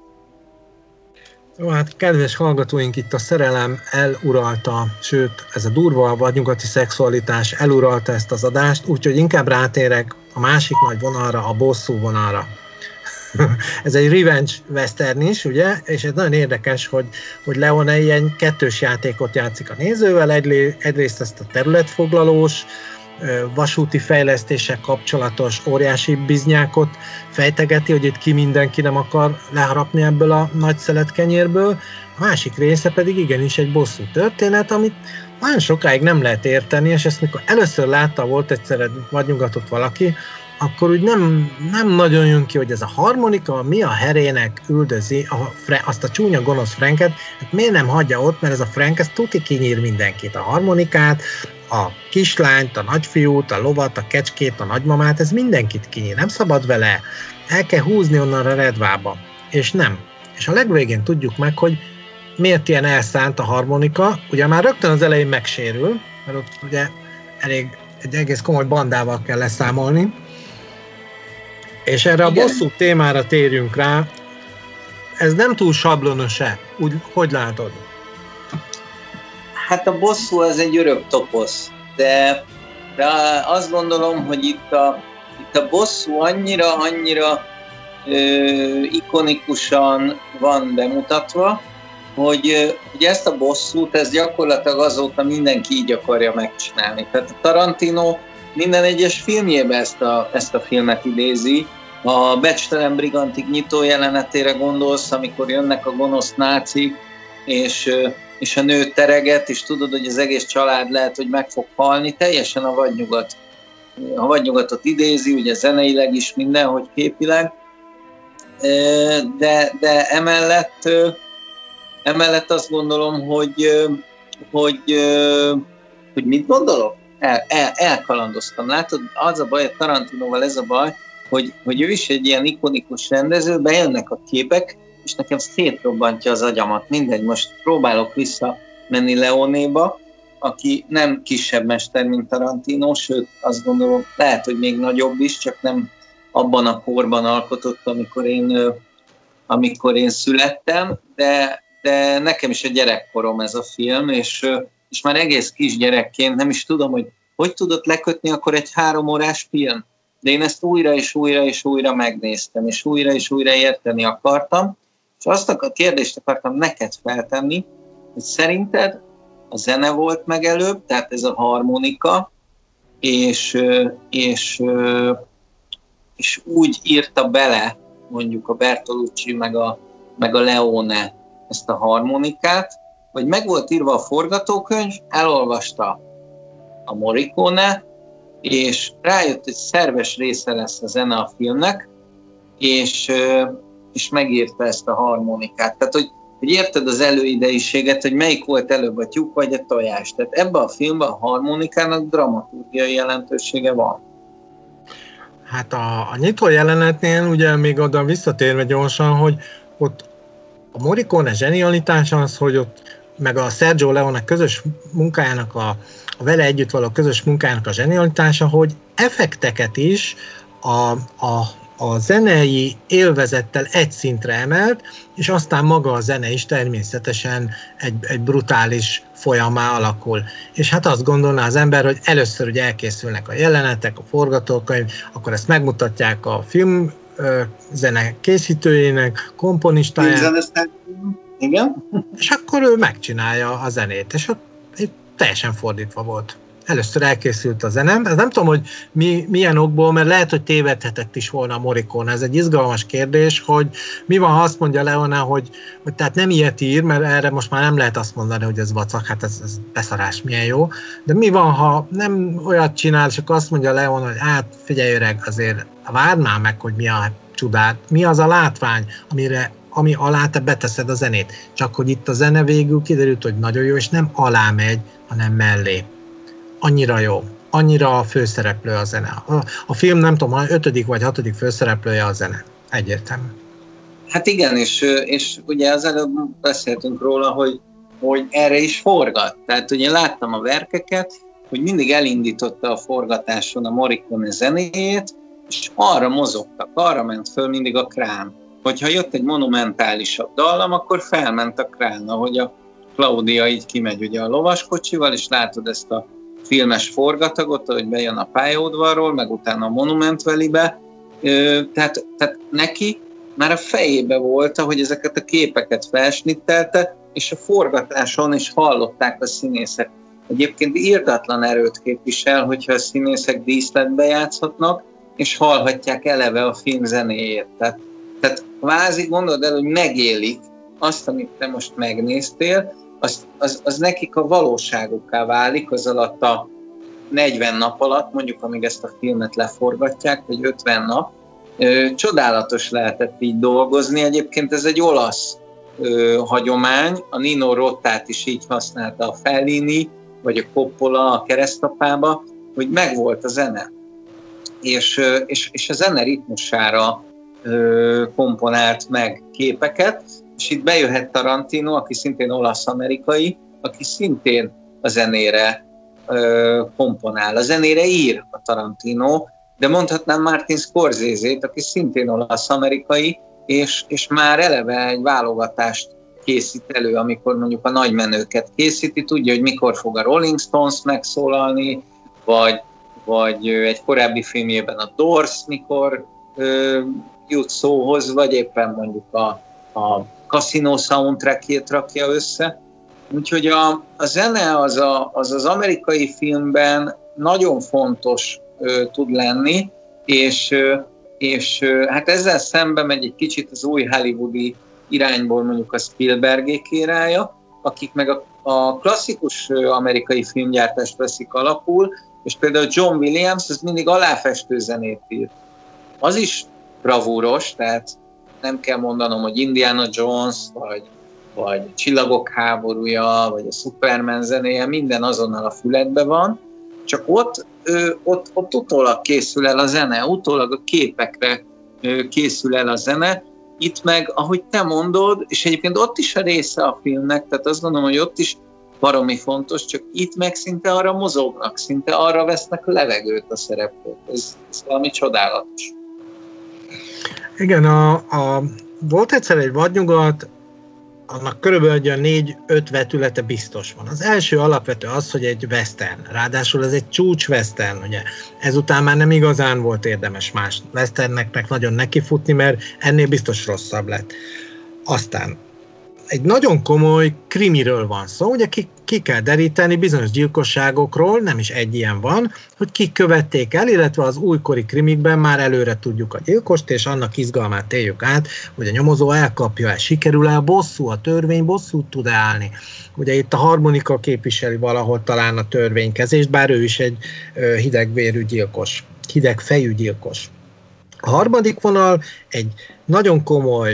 Speaker 2: Jó, hát kedves hallgatóink, itt a szerelem eluralta, sőt, ez a durva vadnyugati szexualitás eluralta ezt az adást, úgyhogy inkább rátérek a másik nagy vonalra, a bosszú vonalra. Ez egy revenge western is, ugye? És ez nagyon érdekes, hogy Leone ilyen kettős játékot játszik a nézővel, egyrészt ezt a területfoglalós, vasúti fejlesztéssel kapcsolatos óriási biznyákot fejtegeti, hogy itt mindenki nem akar leharapni ebből a nagy szeletkenyérből. A másik része pedig igenis egy bosszú történet, amit nagyon sokáig nem lehet érteni, és ezt mikor először látta, volt egyszer egy vadnyugatot valaki, akkor úgy nem nagyon jön ki, hogy ez a harmonika mi a herének üldözi azt a csúnya gonosz Franket, hát miért nem hagyja ott, mert ez a Frank, ez tuti kinyír mindenkit, a harmonikát, a kislányt, a nagyfiút, a lovat, a kecskét, a nagymamát, ez mindenkit kinyír, nem szabad vele, el kell húzni onnan a redvába, és nem. És a legvégén tudjuk meg, hogy miért ilyen elszánt a harmonika, ugye már rögtön az elején megsérül, mert ott ugye egy egész komoly bandával kell leszámolni, és erre a bosszú témára térjünk rá, ez nem túl sablonos-e? Úgy, hogy látod?
Speaker 3: Hát a bosszú az egy örök toposz, de azt gondolom, hogy itt a bosszú annyira ikonikusan van bemutatva, hogy ezt a bosszút, ez gyakorlatilag azóta mindenki így akarja megcsinálni. Tehát a Tarantino minden egyes filmjében ezt a filmet idézi. A Becstelen Brigantik nyitó jelenetére gondolsz, amikor jönnek a gonosz nácik, és a nő tereget, és tudod, hogy az egész család lehet, hogy meg fog halni, teljesen a vadnyugatot idézi, ugye zeneileg is mindenhogy képileg, de emellett azt gondolom, hogy mit gondolok? Elkalandoztam. Látod, az a baj, a Tarantinoval ez a baj, hogy ő is egy ilyen ikonikus rendező, bejönnek a képek, és nekem szétrobbantja az agyamat. Mindegy, most próbálok visszamenni Leonéba, aki nem kisebb mester, mint Tarantino, sőt, azt gondolom, lehet, hogy még nagyobb is, csak nem abban a korban alkotott, amikor én születtem, de nekem is a gyerekkorom ez a film, és már egész kisgyerekként nem is tudom, hogy tudott lekötni akkor egy 3 órás film. De én ezt újra és újra megnéztem, és újra érteni akartam, és azt a kérdést akartam neked feltenni, hogy szerinted a zene volt meg előbb, tehát ez a harmonika, és úgy írta bele mondjuk a Bertolucci meg a Leone ezt a harmonikát, hogy meg volt írva a forgatókönyv, elolvasta a Morricone, és rájött, hogy szerves része lesz a zene a filmnek, és megírta ezt a harmonikát. Tehát, hogy érted az előideiséget, hogy melyik volt előbb, a tyúk vagy a tojás. Tehát ebben a filmben a harmonikának dramaturgiai jelentősége van.
Speaker 2: Hát a nyitó jelenetnél ugye még oda visszatérve gyorsan, hogy ott a Morricone zsenialitása az, hogy ott meg a Sergio Leone közös munkájának, a vele együtt való közös munkájának a zsenialitása, hogy effekteket is a zenei élvezettel egy szintre emelt, és aztán maga a zene is természetesen egy brutális folyammá alakul. És hát azt gondolná az ember, hogy először ugye elkészülnek a jelenetek, a forgatókönyv, akkor ezt megmutatják a film zene készítőjének, komponistájának,
Speaker 3: igen.
Speaker 2: És akkor ő megcsinálja a zenét, és ott teljesen fordítva volt. Először elkészült a zene, nem tudom, hogy milyen okból, mert lehet, hogy tévedhetett is volna a Morricone. Ez egy izgalmas kérdés, hogy mi van, ha azt mondja Leone, hogy tehát nem ilyet ír, mert erre most már nem lehet azt mondani, hogy ez vacak, hát ez beszarás, milyen jó. De mi van, ha nem olyat csinál, és akkor azt mondja Leone, hogy hát figyelj öreg, azért várd már meg, hogy mi a csodát, mi az a látvány, ami alá te beteszed a zenét. Csak hogy itt a zene végül kiderült, hogy nagyon jó, és nem alá megy, hanem mellé. Annyira jó. Annyira a főszereplő a zene. A film nem tudom, 5. vagy 6. főszereplője a zene. Egyértelmű.
Speaker 3: Hát igen, és ugye az előbb beszéltünk róla, hogy erre is forgat. Tehát ugye láttam a verkeket, hogy mindig elindította a forgatáson a Morricone zenéjét, és arra mozogtak, arra ment föl mindig a krán. Hogyha jött egy monumentálisabb dallam, akkor felment a krán, ahogy a Claudia így kimegy ugye a lovaskocsival, és látod ezt a filmes forgatagot, hogy bejön a pályaudvarról, meg utána a Monument Valley-be. Tehát neki már a fejébe volt, hogy ezeket a képeket felsnittelte, és a forgatáson is hallották a színészek. Egyébként irdatlan erőt képvisel, hogyha a színészek díszletbe játszhatnak, és hallhatják eleve a film zenéjét. Tehát kvázi gondold el, hogy megélik azt, amit te most megnéztél, az nekik a valóságukká válik az alatt a 40 nap alatt, mondjuk amíg ezt a filmet leforgatják, vagy 50 nap. Csodálatos lehetett így dolgozni. Egyébként ez egy olasz hagyomány, a Nino Rottát is így használta a Fellini, vagy a Coppola a Keresztapába, hogy megvolt a zene. És a zene ritmusára komponált meg képeket, és itt bejöhet Tarantino, aki szintén olasz-amerikai, aki szintén a zenére komponál. A zenére ír a Tarantino, de mondhatnám Martin Scorsese-t, aki szintén olasz-amerikai, és már eleve egy válogatást készít elő, amikor mondjuk a nagy menőket készíti, tudja, hogy mikor fog a Rolling Stones megszólalni, vagy egy korábbi filmjében a Doors mikor jut szóhoz, vagy éppen mondjuk a Casino soundtrackjét rakja össze. Úgyhogy a zene az amerikai filmben nagyon fontos tud lenni, és hát ezzel szembe megy egy kicsit az új hollywoodi irányból mondjuk a Spielbergé királya, akik meg a klasszikus amerikai filmgyártást veszik alapul, és például John Williams az mindig aláfestő zenét ír. Az is bravúros, tehát nem kell mondanom, hogy Indiana Jones, vagy Csillagok háborúja, vagy a Superman zenéje, minden azonnal a füledbe van, csak ott utólag készül el a zene, utólag a képekre készül el a zene, itt meg, ahogy te mondod, és egyébként ott is a része a filmnek, tehát azt gondolom, hogy ott is baromi fontos, csak itt meg szinte arra mozognak, szinte arra vesznek levegőt a szereplők. Ez valami csodálatos.
Speaker 2: Igen, volt egyszer egy vadnyugat, annak körülbelül egy 4-5 vetülete biztos van. Az első alapvető az, hogy egy western, ráadásul ez egy csúcs western, ugye. Ezután már nem igazán volt érdemes más westerneknek nagyon nekifutni, mert ennél biztos rosszabb lett. Aztán egy nagyon komoly krimiről van szó, ugye ki kell deríteni bizonyos gyilkosságokról, nem is egy ilyen van, hogy kik követték el, illetve az újkori krimikben már előre tudjuk a gyilkost, és annak izgalmát éljük át, hogy a nyomozó elkapja-e, sikerül-e a bosszú, a törvény bosszút tud állni. Ugye itt a harmonika képviseli valahol talán a törvénykezést, bár ő is egy hidegvérű gyilkos, hidegfejű gyilkos. A harmadik vonal egy nagyon komoly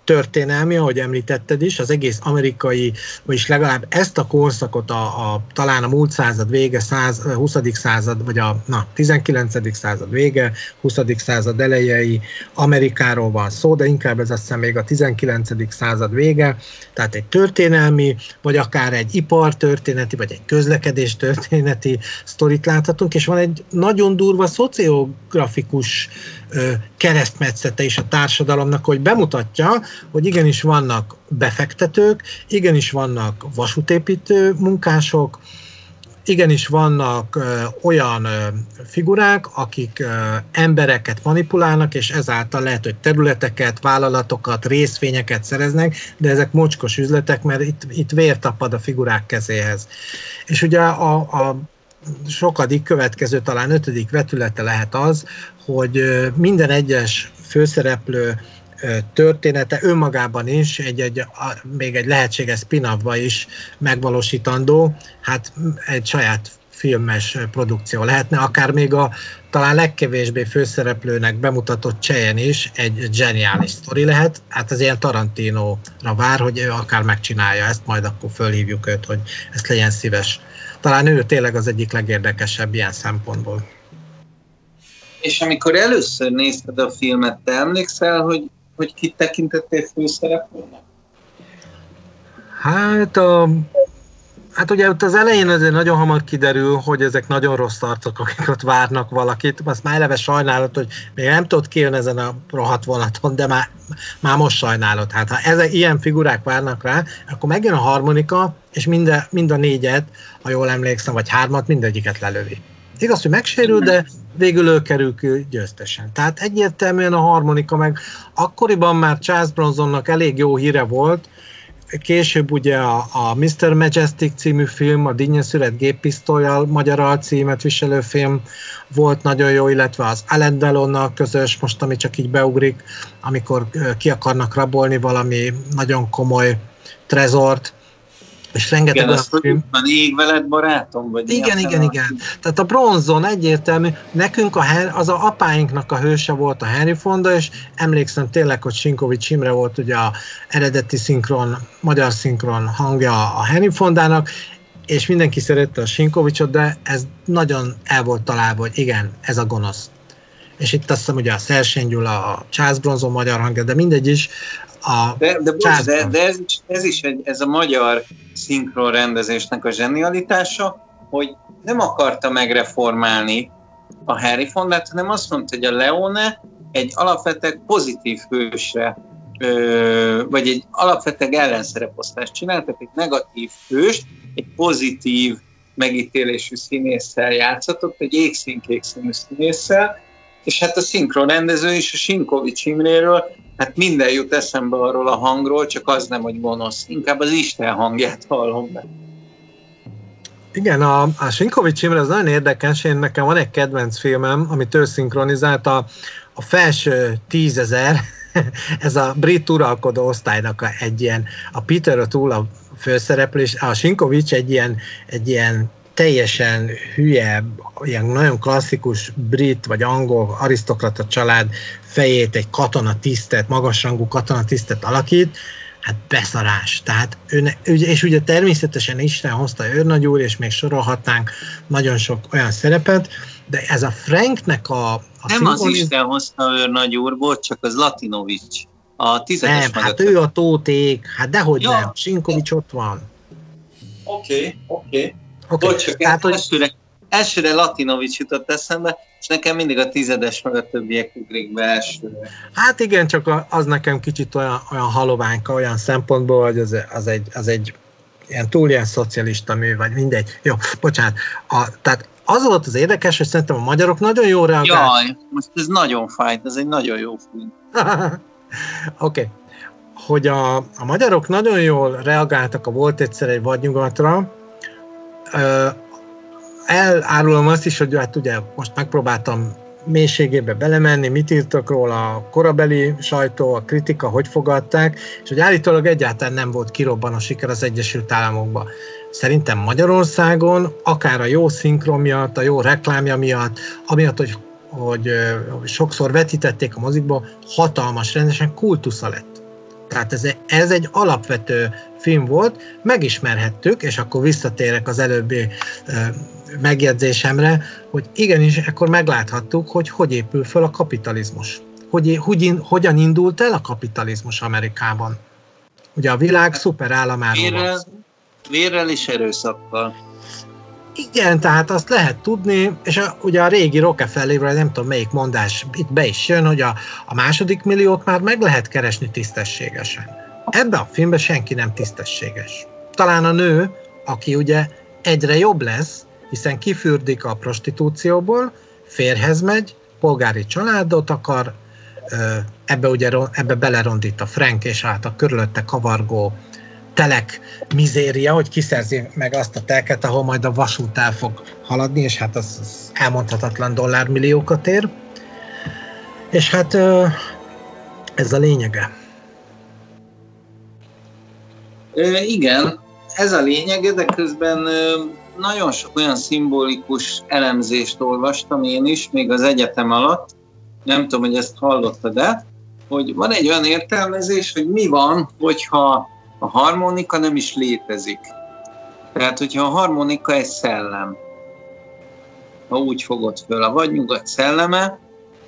Speaker 2: történelmi, ahogy említetted is, az egész amerikai, vagyis legalább ezt a korszakot, talán a múlt század vége, 20. század, vagy 19. század vége, 20. század elejei Amerikáról van szó, de inkább ez azt hiszem még a 19. század vége, tehát egy történelmi, vagy akár egy ipartörténeti, vagy egy közlekedés történeti sztorit láthatunk, és van egy nagyon durva szociografikus keresztmetszete is a társadalomnak, hogy bemutatja, hogy igenis vannak befektetők, igenis vannak vasútépítő munkások, igenis vannak olyan figurák, akik embereket manipulálnak, és ezáltal lehet, hogy területeket, vállalatokat, részvényeket szereznek, de ezek mocskos üzletek, mert itt vér tapad a figurák kezéhez. És ugye a sokadik következő, talán 5. vetülete lehet az, hogy minden egyes főszereplő története önmagában is még egy lehetséges spin-offba is megvalósítandó, hát egy saját filmes produkció lehetne, akár még a talán legkevésbé főszereplőnek bemutatott Cheyenne is egy zseniális sztori lehet, hát ez ilyen Tarantinóra vár, hogy ő akár megcsinálja ezt, majd akkor fölhívjuk őt, hogy ezt legyen szíves. Talán ő tényleg az egyik legérdekesebb ilyen szempontból.
Speaker 3: És amikor először nézted a filmet, te emlékszel, hogy kit tekintettél főszereplőnek?
Speaker 2: Hát ugye ott az elején azért nagyon hamar kiderül, hogy ezek nagyon rossz arcok, akik ott várnak valakit. Azt már eleve sajnálod, hogy még nem tudod kijön ezen a rohadt vonaton, de már most sajnálod. Hát ha ilyen figurák várnak rá, akkor megjön a harmonika, és mind a 4-et, ha jól emlékszem, vagy 3-at, mindegyiket lelövi. Igaz, hogy megsérül, de végül ő kerül győztesen. Tehát egyértelműen a harmonika, meg akkoriban már Charles Bronsonnak elég jó híre volt. Később ugye a Mr. Majestic című film, a Dinnyen szüret géppisztollyal magyar alcímet viselő film volt nagyon jó, illetve az Alain Delonnal közös, most ami csak így beugrik, amikor ki akarnak rabolni valami nagyon komoly trezort, és rengeteg
Speaker 3: igen, azt film. Van Ég veled, barátom? Vagy
Speaker 2: igen. Tehát a Bronson egyértelmű, nekünk az a apáinknak a hőse volt a Henry Fonda, és emlékszem tényleg, hogy Sinkovics Imre volt ugye a eredeti magyar szinkron hangja a Henry Fondának, és mindenki szerette a Sinkovicsot, de ez nagyon el volt találva, hogy igen, ez a gonosz. És itt azt hiszem ugye a Szersény Gyula, a Charles Bronson magyar hangja, de mindegy is,
Speaker 3: ez a magyar szinkron rendezésnek a zsenialitása, hogy nem akarta megreformálni a Henry Fondát, hanem azt mondta, hogy a Leone egy alapvetően pozitív hősre, vagy egy alapvetően ellenszereposztást csinált, tehát egy negatív hőst, egy pozitív megítélésű színésszel játszott, egy égszínkékszínű színésszel, és hát a szinkronrendező is a Sinkovics Imréről, hát minden jut eszembe arról a hangról, csak az nem, hogy gonosz. Inkább az Isten hangját hallom be.
Speaker 2: Igen, a Sinkovics Imre az nagyon érdekes, nekem van egy kedvenc filmem, amit ő szinkronizált, a felső 10 000, ez a brit uralkodó osztálynak egy ilyen, a Peter O'Toole a főszereplő, és a Sinkovics egy ilyen teljesen hülye, ilyen nagyon klasszikus brit vagy angol arisztokrata család fejét, egy katonatisztet, magasrangú katonatisztet alakít, hát beszarás. Tehát és ugye természetesen Isten hozta őrnagy úr, és még sorolhatnánk nagyon sok olyan szerepet, de ez a Franknek
Speaker 3: nem az Isten hozta őrnagy úr, volt, csak az Latinovics. A 10-es
Speaker 2: nem, hát ő a Tóték, hát dehogy ja, nem, Sinkovics ott van.
Speaker 3: Oké.
Speaker 2: Okay,
Speaker 3: tehát, elsőre Latinovics jutott eszembe, és nekem mindig a 10-es meg a többiek ugrik be elsőre.
Speaker 2: Hát igen, csak az nekem kicsit olyan halovánka, olyan szempontból, hogy az egy ilyen szocialista mű, vagy mindegy. Jó, bocsánat. Tehát az volt az érdekes, hogy szerintem a magyarok nagyon jól reagáltak.
Speaker 3: Jaj, most ez nagyon fájt, ez egy nagyon jó film.
Speaker 2: Oké. Hogy a magyarok nagyon jól reagáltak a Volt egyszer egy vadnyugatra. Elárulom azt is, hogy hát ugye most megpróbáltam mélységébe belemenni, mit írtak róla a korabeli sajtó, a kritika, hogy fogadták, és hogy állítólag egyáltalán nem volt kirobbanó siker az Egyesült Államokban. Szerintem Magyarországon, akár a jó szinkron miatt, a jó reklámja miatt, amiatt, hogy sokszor vetítették a mozikba, hatalmas, rendesen kultusza lett. Tehát ez egy alapvető film volt, megismerhettük, és akkor visszatérek az előbbi megjegyzésemre, hogy igenis, akkor megláthattuk, hogy épül fel a kapitalizmus. Hogyan indult el a kapitalizmus Amerikában. Ugye a világ szuperállamáról van.
Speaker 3: Vérrel és erőszakkal.
Speaker 2: Igen, tehát azt lehet tudni, és ugye a régi Rockefellerről, nem tudom melyik mondás itt be is jön, hogy a második milliót már meg lehet keresni tisztességesen. Ebben a filmben senki nem tisztességes. Talán a nő, aki ugye egyre jobb lesz, hiszen kifürdik a prostitúcióból, férjhez megy, polgári családot akar, ebbe belerondít a Frank és a körülötte kavargó telek mizéria, hogy kiszerzi meg azt a telket, ahol majd a vasút el fog haladni, és hát az elmondhatatlan dollármilliókat ér. És hát ez a lényege.
Speaker 3: Igen, ez a lényege, de közben nagyon sok olyan szimbolikus elemzést olvastam én is, még az egyetem alatt, nem tudom, hogy ezt hallottad-e, hogy van egy olyan értelmezés, hogy mi van, hogyha a harmonika nem is létezik. Tehát, hogyha a harmonika egy szellem, ha úgy fogod föl, a vadnyugat szelleme,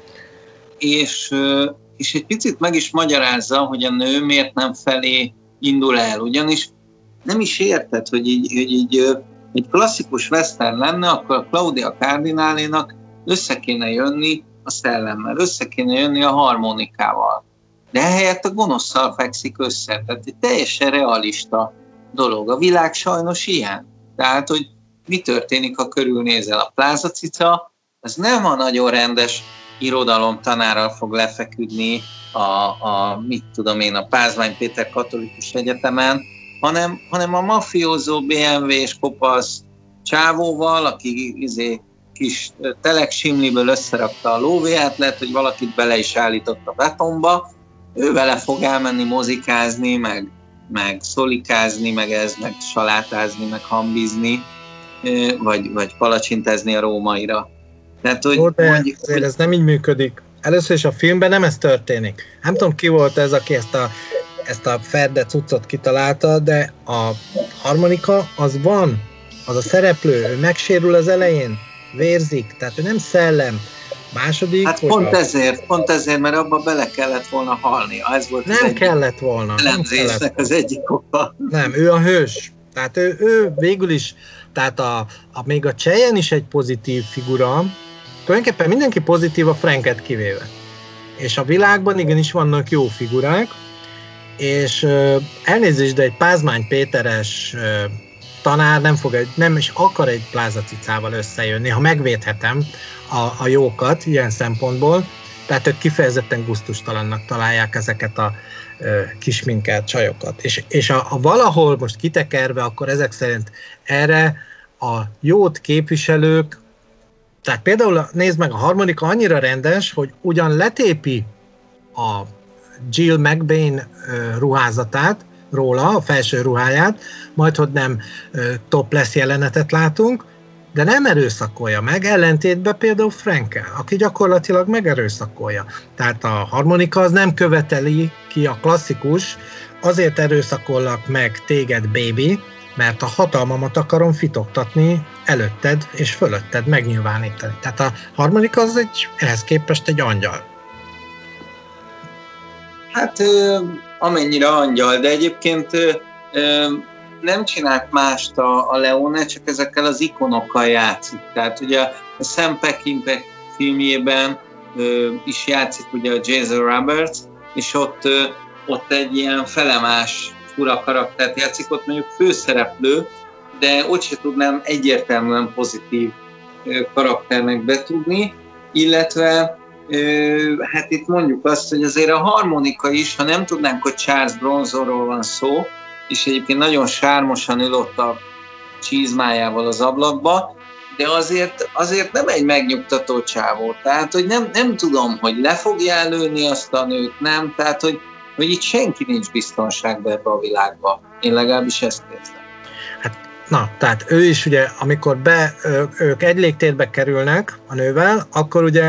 Speaker 3: és egy picit meg is magyarázza, hogy a nő miért nem felé indul el. Ugyanis nem is érted, hogy így egy klasszikus western lenne, akkor a Claudia Cardinálénak össze kéne jönni a szellemmel, össze kéne jönni a harmonikával. De ehelyett a gonoszszal fekszik össze. Tehát egy teljesen realista dolog. A világ sajnos ilyen. Tehát, hogy mi történik, ha körülnézel. A plázacica, az nem a nagyon rendes irodalomtanárral fog lefeküdni mit tudom én, a Pázmány Péter Katolikus Egyetemen, hanem a mafiózó BMW-s kopasz csávóval, aki kis teleksimliből összerakta a lóvéját, lehet, hogy valakit bele is állított a betonba, ő vele fog elmenni mozikázni, meg szolikázni, meg salátázni, meg hambizni, vagy palacsintázni a rómaira. Tehát, hogy
Speaker 2: azért ez nem így működik. Először is a filmben nem ez történik. Nem tudom, ki volt ez, aki ezt a ferde cuccot kitalálta, de a harmonika az van, az a szereplő, ő megsérül az elején, vérzik, tehát ő nem szellem. Második...
Speaker 3: Hát pont ezért, mert abba bele kellett volna halni. Ez volt
Speaker 2: nem kellett volna.
Speaker 3: Elemzésnek az egyik oka.
Speaker 2: Nem, ő a hős. Tehát ő végül is, tehát még a Cheyenne is egy pozitív figura. Tulajdonképpen mindenki pozitív, a Franket kivéve. És a világban igenis vannak jó figurák, és elnézést, de egy Pázmány Péteres tanár nem is akar egy plázacicával összejönni, ha megvédhetem a jókat ilyen szempontból, tehát ők kifejezetten gusztustalannak találják ezeket a kisminkelt csajokat. És a valahol most kitekerve, akkor ezek szerint erre a jót képviselők, tehát például nézd meg, a harmonika annyira rendes, hogy ugyan letépi a Jill McBain ruházatát róla, a felső ruháját, majd hogy nem topless jelenetet látunk, de nem erőszakolja meg, ellentétben például Frankel, aki gyakorlatilag megerőszakolja. Tehát a harmonika az nem követeli ki a klasszikus, azért erőszakollak meg téged, baby, mert a hatalmamat akarom fitoktatni előtted és fölötted megnyilvánítani. Tehát a harmonika az ehhez képest egy angyal.
Speaker 3: Hát amennyire angyal, de egyébként nem csinált mást a Leone, csak ezekkel az ikonokkal játszik. Tehát ugye a Sam Peckinpah filmjében is játszik ugye a Jason Roberts, és ott egy ilyen felemás fura karaktert játszik, ott mondjuk főszereplő, de ott se tudnám egyértelműen pozitív karakternek betudni, illetve hát itt mondjuk azt, hogy azért a harmonika is, ha nem tudnánk, hogy Charles Bronzonról van szó, és egyébként nagyon sármosan ül ott a csizmájával az ablakba, de azért nem egy megnyugtató csávó. Tehát, hogy nem tudom, hogy le fogja előni azt a nőt, nem. Tehát, hogy itt senki nincs biztonságban ebbe a világba. Én legalábbis ezt érzem.
Speaker 2: Hát, tehát ő is ugye, amikor ők egy légtérbe kerülnek a nővel, akkor ugye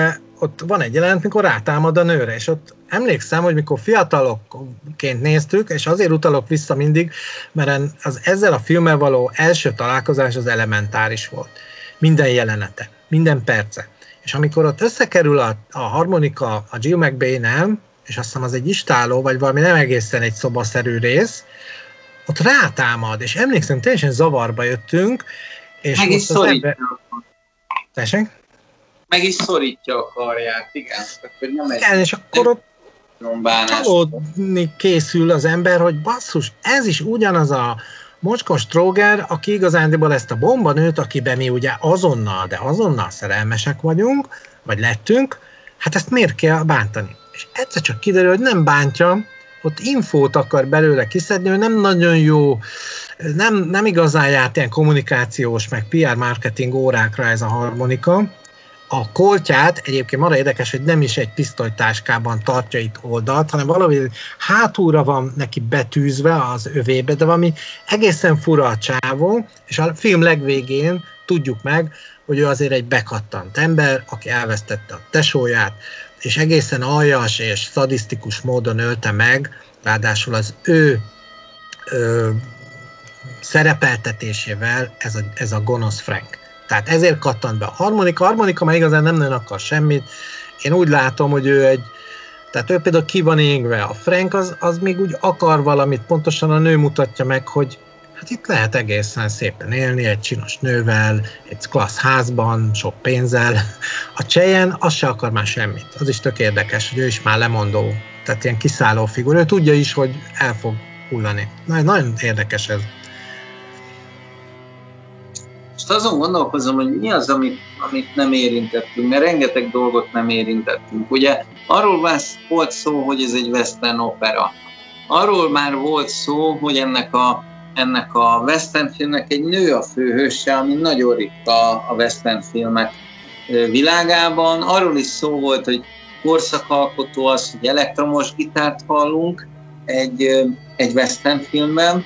Speaker 2: ott van egy jelenet, mikor rátámad a nőre, és ott emlékszem, hogy mikor fiatalokként néztük, és azért utalok vissza mindig, mert ezzel a filmmel való első találkozás az elementáris volt. Minden jelenete, minden perce. És amikor ott összekerül a harmonika a Jill McBain-el, és azt hiszem az egy istáló, vagy valami nem egészen egy szobaszerű rész, ott rátámad, és emlékszem, teljesen zavarba jöttünk, és
Speaker 3: meg is szorítja.
Speaker 2: Tessék?
Speaker 3: Meg is szorítja a karját, igen.
Speaker 2: Igen, és akkor ott csalódni készül az ember, hogy basszus, ez is ugyanaz a mocskos tróger, aki igazándiból ezt a bombanőt, akiben mi ugye azonnal szerelmesek vagyunk, vagy lettünk, hát ezt miért kell bántani? És egyszer csak kiderül, hogy nem bántja, ott infót akar belőle kiszedni, hogy nem nagyon jó, nem igazán járt ilyen kommunikációs, meg PR marketing órákra ez a harmonika. A koltját egyébként arra érdekes, hogy nem is egy pisztolytáskában tartja itt oldalt, hanem valami hátulra van neki betűzve az övébe, de valami egészen fura a csávó, és a film legvégén tudjuk meg, hogy ő azért egy bekattant ember, aki elvesztette a tesóját, és egészen aljas és szadisztikus módon ölte meg, ráadásul az ő szerepeltetésével ez a gonosz Frank. Tehát ezért kattant be a harmonika már igazán nem nagyon akar semmit. Én úgy látom, hogy ő például ki van égve. A Frank az még úgy akar valamit, pontosan a nő mutatja meg, hogy hát itt lehet egészen szépen élni, egy csinos nővel, egy klassz házban, sok pénzzel. A Cheyenne az se akar már semmit. Az is tök érdekes, hogy ő is már lemondó, tehát ilyen kiszálló figura. Ő tudja is, hogy el fog hullani. Nagyon érdekes ez.
Speaker 3: Most azon gondolkozom, hogy mi az, amit nem érintettünk, mert rengeteg dolgot nem érintettünk. Ugye arról volt szó, hogy ez egy western opera. Arról már volt szó, hogy ennek a western filmnek egy nő a főhőse, ami nagyon ritka a western filmek világában. Arról is szó volt, hogy korszakalkotó az, hogy elektromos gitárt hallunk egy western filmben,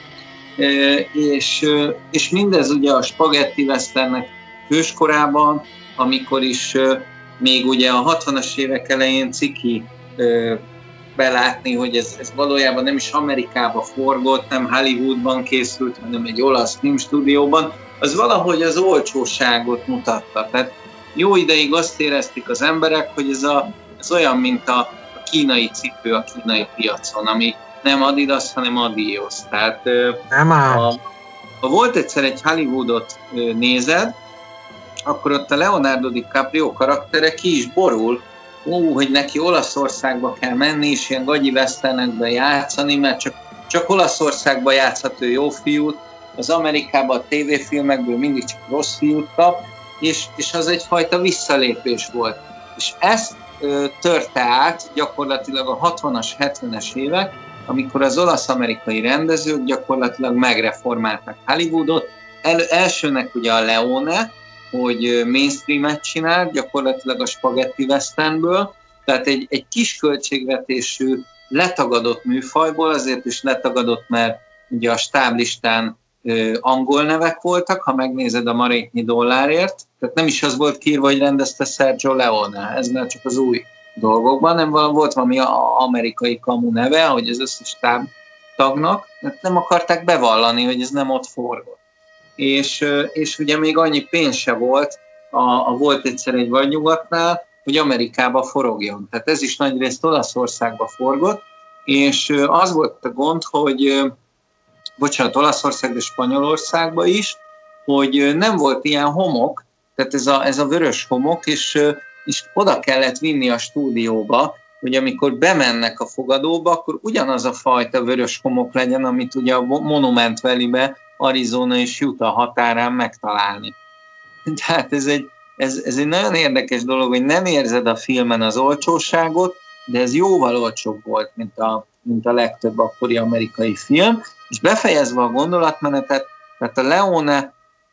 Speaker 3: és mindez ugye a spagetti westernnek hőskorában, amikor is még ugye a 60-as évek elején ciki belátni, hogy ez valójában nem is Amerikába forgott, nem Hollywoodban készült, hanem egy olasz filmstúdióban, az valahogy az olcsóságot mutatta. Tehát jó ideig azt érezték az emberek, hogy ez olyan, mint a kínai cipő a kínai piacon, ami nem Adidas, hanem Adios. Tehát ha volt egyszer egy Hollywoodot nézed, akkor ott a Leonardo DiCaprio karaktere ki is borul, hogy neki Olaszországba kell menni, és ilyen gagyi westernekben játszani, mert csak Olaszországban játszhat ő jó fiút, az Amerikában a tévéfilmekből mindig csak rossz fiút kap, és az egyfajta visszalépés volt. És ezt törte át gyakorlatilag a 60-as, 70-es évek, amikor az olasz-amerikai rendezők gyakorlatilag megreformálták Hollywoodot. Elsőnek ugye a Leone, hogy mainstreamet csinált, gyakorlatilag a spagetti westernből, tehát egy kis költségvetésű, letagadott műfajból, azért is letagadott, mert ugye a stáblistán angol nevek voltak, ha megnézed a maréknyi dollárért, tehát nem is az volt kiírva, hogy rendezte Sergio Leone, ez már csak az új dolgokban, nem volt valami amerikai kamu neve, hogy az összes stábtagnak, nem akarták bevallani, hogy ez nem ott forgott. És ugye még annyi pénz se volt, volt egyszer egy vadnyugatnál, hogy Amerikába forogjon. Tehát ez is nagyrészt Olaszországba forgott, és az volt a gond, hogy Olaszország, de Spanyolországba is, hogy nem volt ilyen homok, tehát ez a vörös homok, és oda kellett vinni a stúdióba, hogy amikor bemennek a fogadóba, akkor ugyanaz a fajta vörös homok legyen, amit ugye a Monument Valley-be, Arizona és Utah határán megtalálni. Tehát ez egy nagyon érdekes dolog, hogy nem érzed a filmen az olcsóságot, de ez jóval olcsóbb volt, mint a legtöbb akkori amerikai film. És befejezve a gondolatmenetet, tehát a Leone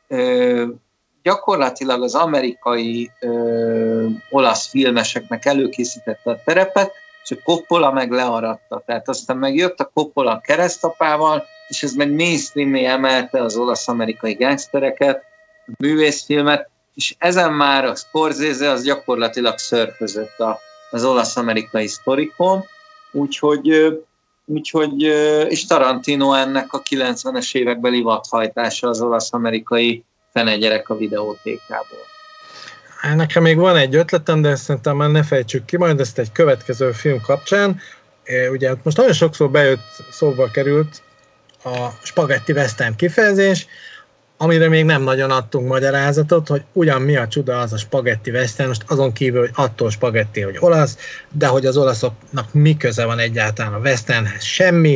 Speaker 3: gyakorlatilag az amerikai olasz filmeseknek előkészítette a terepet, és a Coppola meg learatta. Tehát aztán megjött a Coppola a keresztapával, és ez meg mainstream-é emelte az olasz-amerikai gangstereket, a művészfilmet, és ezen már a Scorsese az gyakorlatilag szörfözött az olasz-amerikai sztorikon, úgyhogy és Tarantino ennek a 90-es évekbeli vadhajtása az olasz-amerikai fenegyerek a videótékából.
Speaker 2: Nekem még van egy ötletem, de szerintem már ne fejtsük ki, majd ezt egy következő film kapcsán. Ugye most nagyon sokszor szóba került a spagetti western kifejezés, amire még nem nagyon adtunk magyarázatot, hogy ugyan mi a csuda az a spagetti western, most azon kívül, hogy attól spagetti, hogy olasz, de hogy az olaszoknak mi köze van egyáltalán a westernhez, semmi.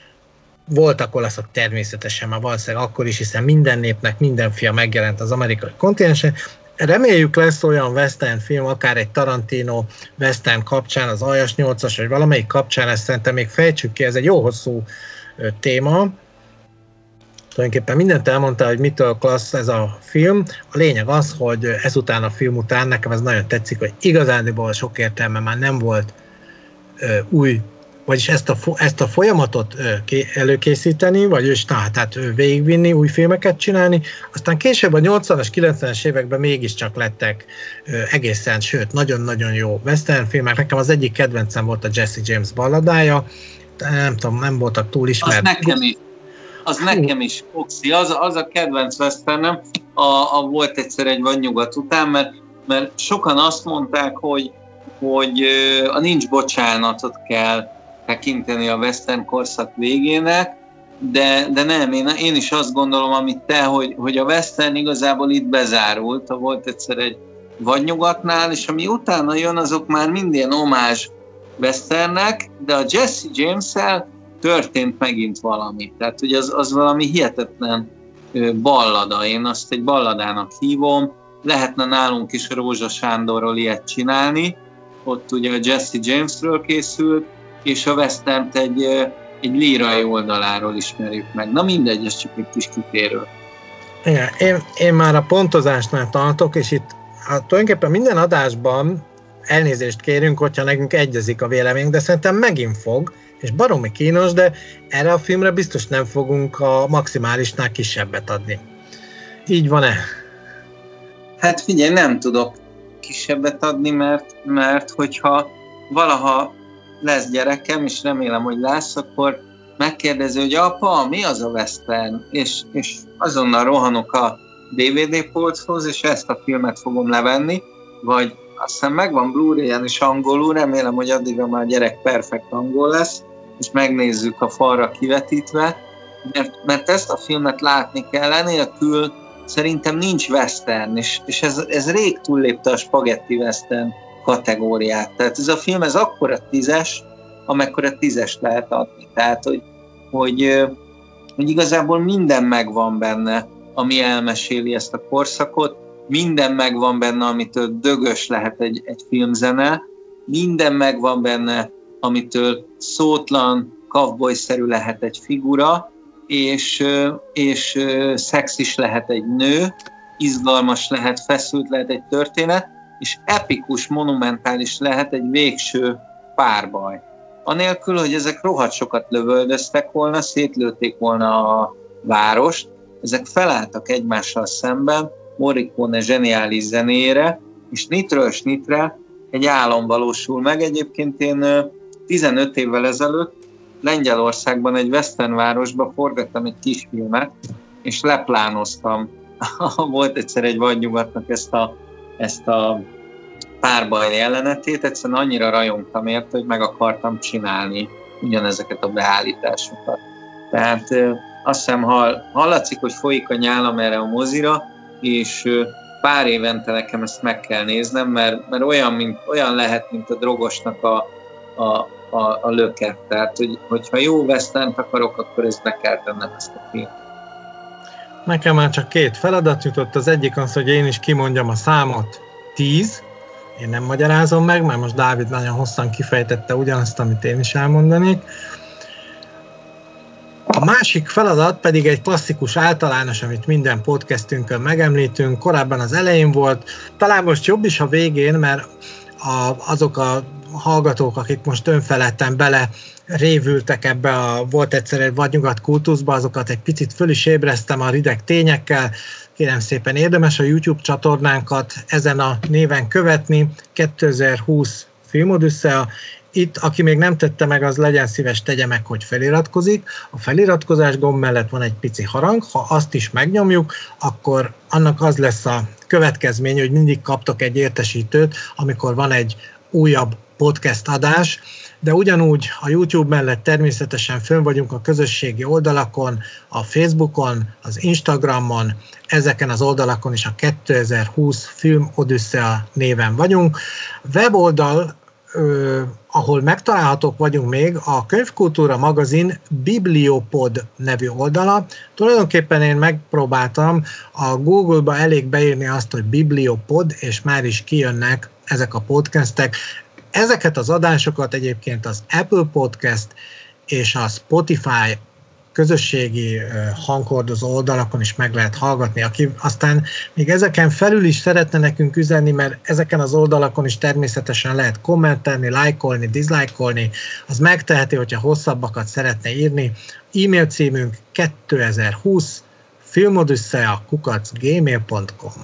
Speaker 2: Voltak olaszok természetesen, már valószínűleg akkor is, hiszen minden népnek minden fia megjelent az amerikai kontinensen. Reméljük lesz olyan western film, akár egy Tarantino western kapcsán, az Aljas 8-as, vagy valamelyik kapcsán, ezt szerintem még fejtsük ki, ez egy jó hosszú téma. Tulajdonképpen mindent elmondta, hogy mitől klassz ez a film. A lényeg az, hogy ezután a film után nekem ez nagyon tetszik, hogy igazándiból sok értelme már nem volt új, vagyis ezt a folyamatot előkészíteni, vagyis tehát végigvinni, új filmeket csinálni, aztán később a 80-as, 90-es években mégiscsak lettek egészen, sőt, nagyon-nagyon jó western filmek. Nekem az egyik kedvencem volt a Jesse James balladája, nem tudom, nem voltak túl ismert.
Speaker 3: Az nekem is, Foxy, az a kedvenc westernem, volt egyszer egy Vadnyugat után, mert sokan azt mondták, hogy a Nincs bocsánatot kell tekinteni a western korszak végének, de nem, én is azt gondolom, amit te, hogy a western igazából itt bezárult, volt egyszer egy Vadnyugatnál, és ami utána jön, azok már mind ilyen omázs westernek, de a Jesse James-el történt megint valami. Tehát, hogy az valami hihetetlen ballada. Én azt egy balladának hívom. Lehetne nálunk is Rózsa Sándorról ilyet csinálni. Ott ugye a Jesse Jamesről készült, és a westernt egy lírai oldaláról ismerjük meg. Na mindegy, ez csak egy kis kitérő.
Speaker 2: Igen, én már a pontozásnál tartok, és itt tulajdonképpen minden adásban elnézést kérünk, hogyha nekünk egyezik a véleményünk, de szerintem megint fog, és baromi kínos, de erre a filmre biztos nem fogunk a maximálisnál kisebbet adni. Így van-e?
Speaker 3: Hát figyelj, nem tudok kisebbet adni, mert hogyha valaha lesz gyerekem, és remélem, hogy lesz, akkor megkérdezi, hogy apa, mi az a western? És azonnal rohanok a DVD polchoz, és ezt a filmet fogom levenni, vagy azt hiszem megvan Blu-ray-en is angolul, remélem, hogy addigra már a gyerek perfekt angol lesz, és megnézzük a falra kivetítve, mert ezt a filmet látni kell, enélkül szerintem nincs western, és ez rég túllépte a spagetti western kategóriát. Tehát ez a film, ez akkora 10-es, amekkora 10-es lehet adni. Tehát, hogy igazából minden megvan benne, ami elmeséli ezt a korszakot, minden megvan benne, amitől dögös lehet egy filmzene, minden megvan benne, amitől szótlan, cowboy-szerű lehet egy figura, és szexis lehet egy nő, izgalmas lehet, feszült lehet egy történet, és epikus, monumentális lehet egy végső párbaj. Anélkül, hogy ezek rohadt sokat lövöldöztek volna, szétlőtték volna a várost, ezek felálltak egymással szemben, Morricone zseniális zenéjére, és nitről snitre egy álom valósul meg. Egyébként én 15 évvel ezelőtt Lengyelországban egy western városba forgattam egy kisfilmet, és leplánoztam. Volt egyszer egy Vadnyugatnak ezt a párbaj jelenetét, egyszerűen annyira rajongtam érte, hogy meg akartam csinálni ugyanezeket a beállításokat. Tehát azt hiszem, hallatszik, hogy folyik a nyálam erre a mozira, és pár évente nekem ezt meg kell néznem, mert olyan lehet, mint a drogosnak a löke. Tehát, hogyha jó westernt akarok, akkor ezt be kell tennem, ezt a filmet.
Speaker 2: Nekem már csak 2 feladat jutott. Az egyik az, hogy én is kimondjam a számot, 10. Én nem magyarázom meg, mert most Dávid nagyon hosszan kifejtette ugyanazt, amit én is elmondanék. A másik feladat pedig egy klasszikus általános, amit minden podcastünkön megemlítünk, korábban az elején volt, talán most jobb is a végén, mert azok a hallgatók, akik most önfeledten bele révültek ebbe volt egyszer egy vadnyugat kultuszba, azokat egy picit föl is ébreztem a rideg tényekkel. kérem szépen érdemes a YouTube csatornánkat ezen a néven követni, 2020 Filmodüsszea. Itt, aki még nem tette meg, az legyen szíves, tegye meg, hogy feliratkozik. A feliratkozás gomb mellett van egy pici harang, ha azt is megnyomjuk, akkor annak az lesz a következménye, hogy mindig kaptok egy értesítőt, amikor van egy újabb podcast adás, de ugyanúgy a YouTube mellett természetesen fönn vagyunk a közösségi oldalakon, a Facebookon, az Instagramon, ezeken az oldalakon is a 2020 Filmodüsszea néven vagyunk. Weboldal, ahol megtalálhatók vagyunk még, a Könyvkultúra magazin Bibliopod nevű oldala. Tulajdonképpen én megpróbáltam a Google-ba elég beírni azt, hogy Bibliopod, és már is kijönnek ezek a podcastek. Ezeket az adásokat egyébként az Apple Podcast és a Spotify közösségi hanghordozó oldalakon is meg lehet hallgatni. Aki aztán még ezeken felül is szeretne nekünk üzenni, mert ezeken az oldalakon is természetesen lehet kommentelni, lájkolni, diszlájkolni, az megteheti, hogyha hosszabbakat szeretne írni. E-mail címünk 2020 filmodüsszea@gmail.com.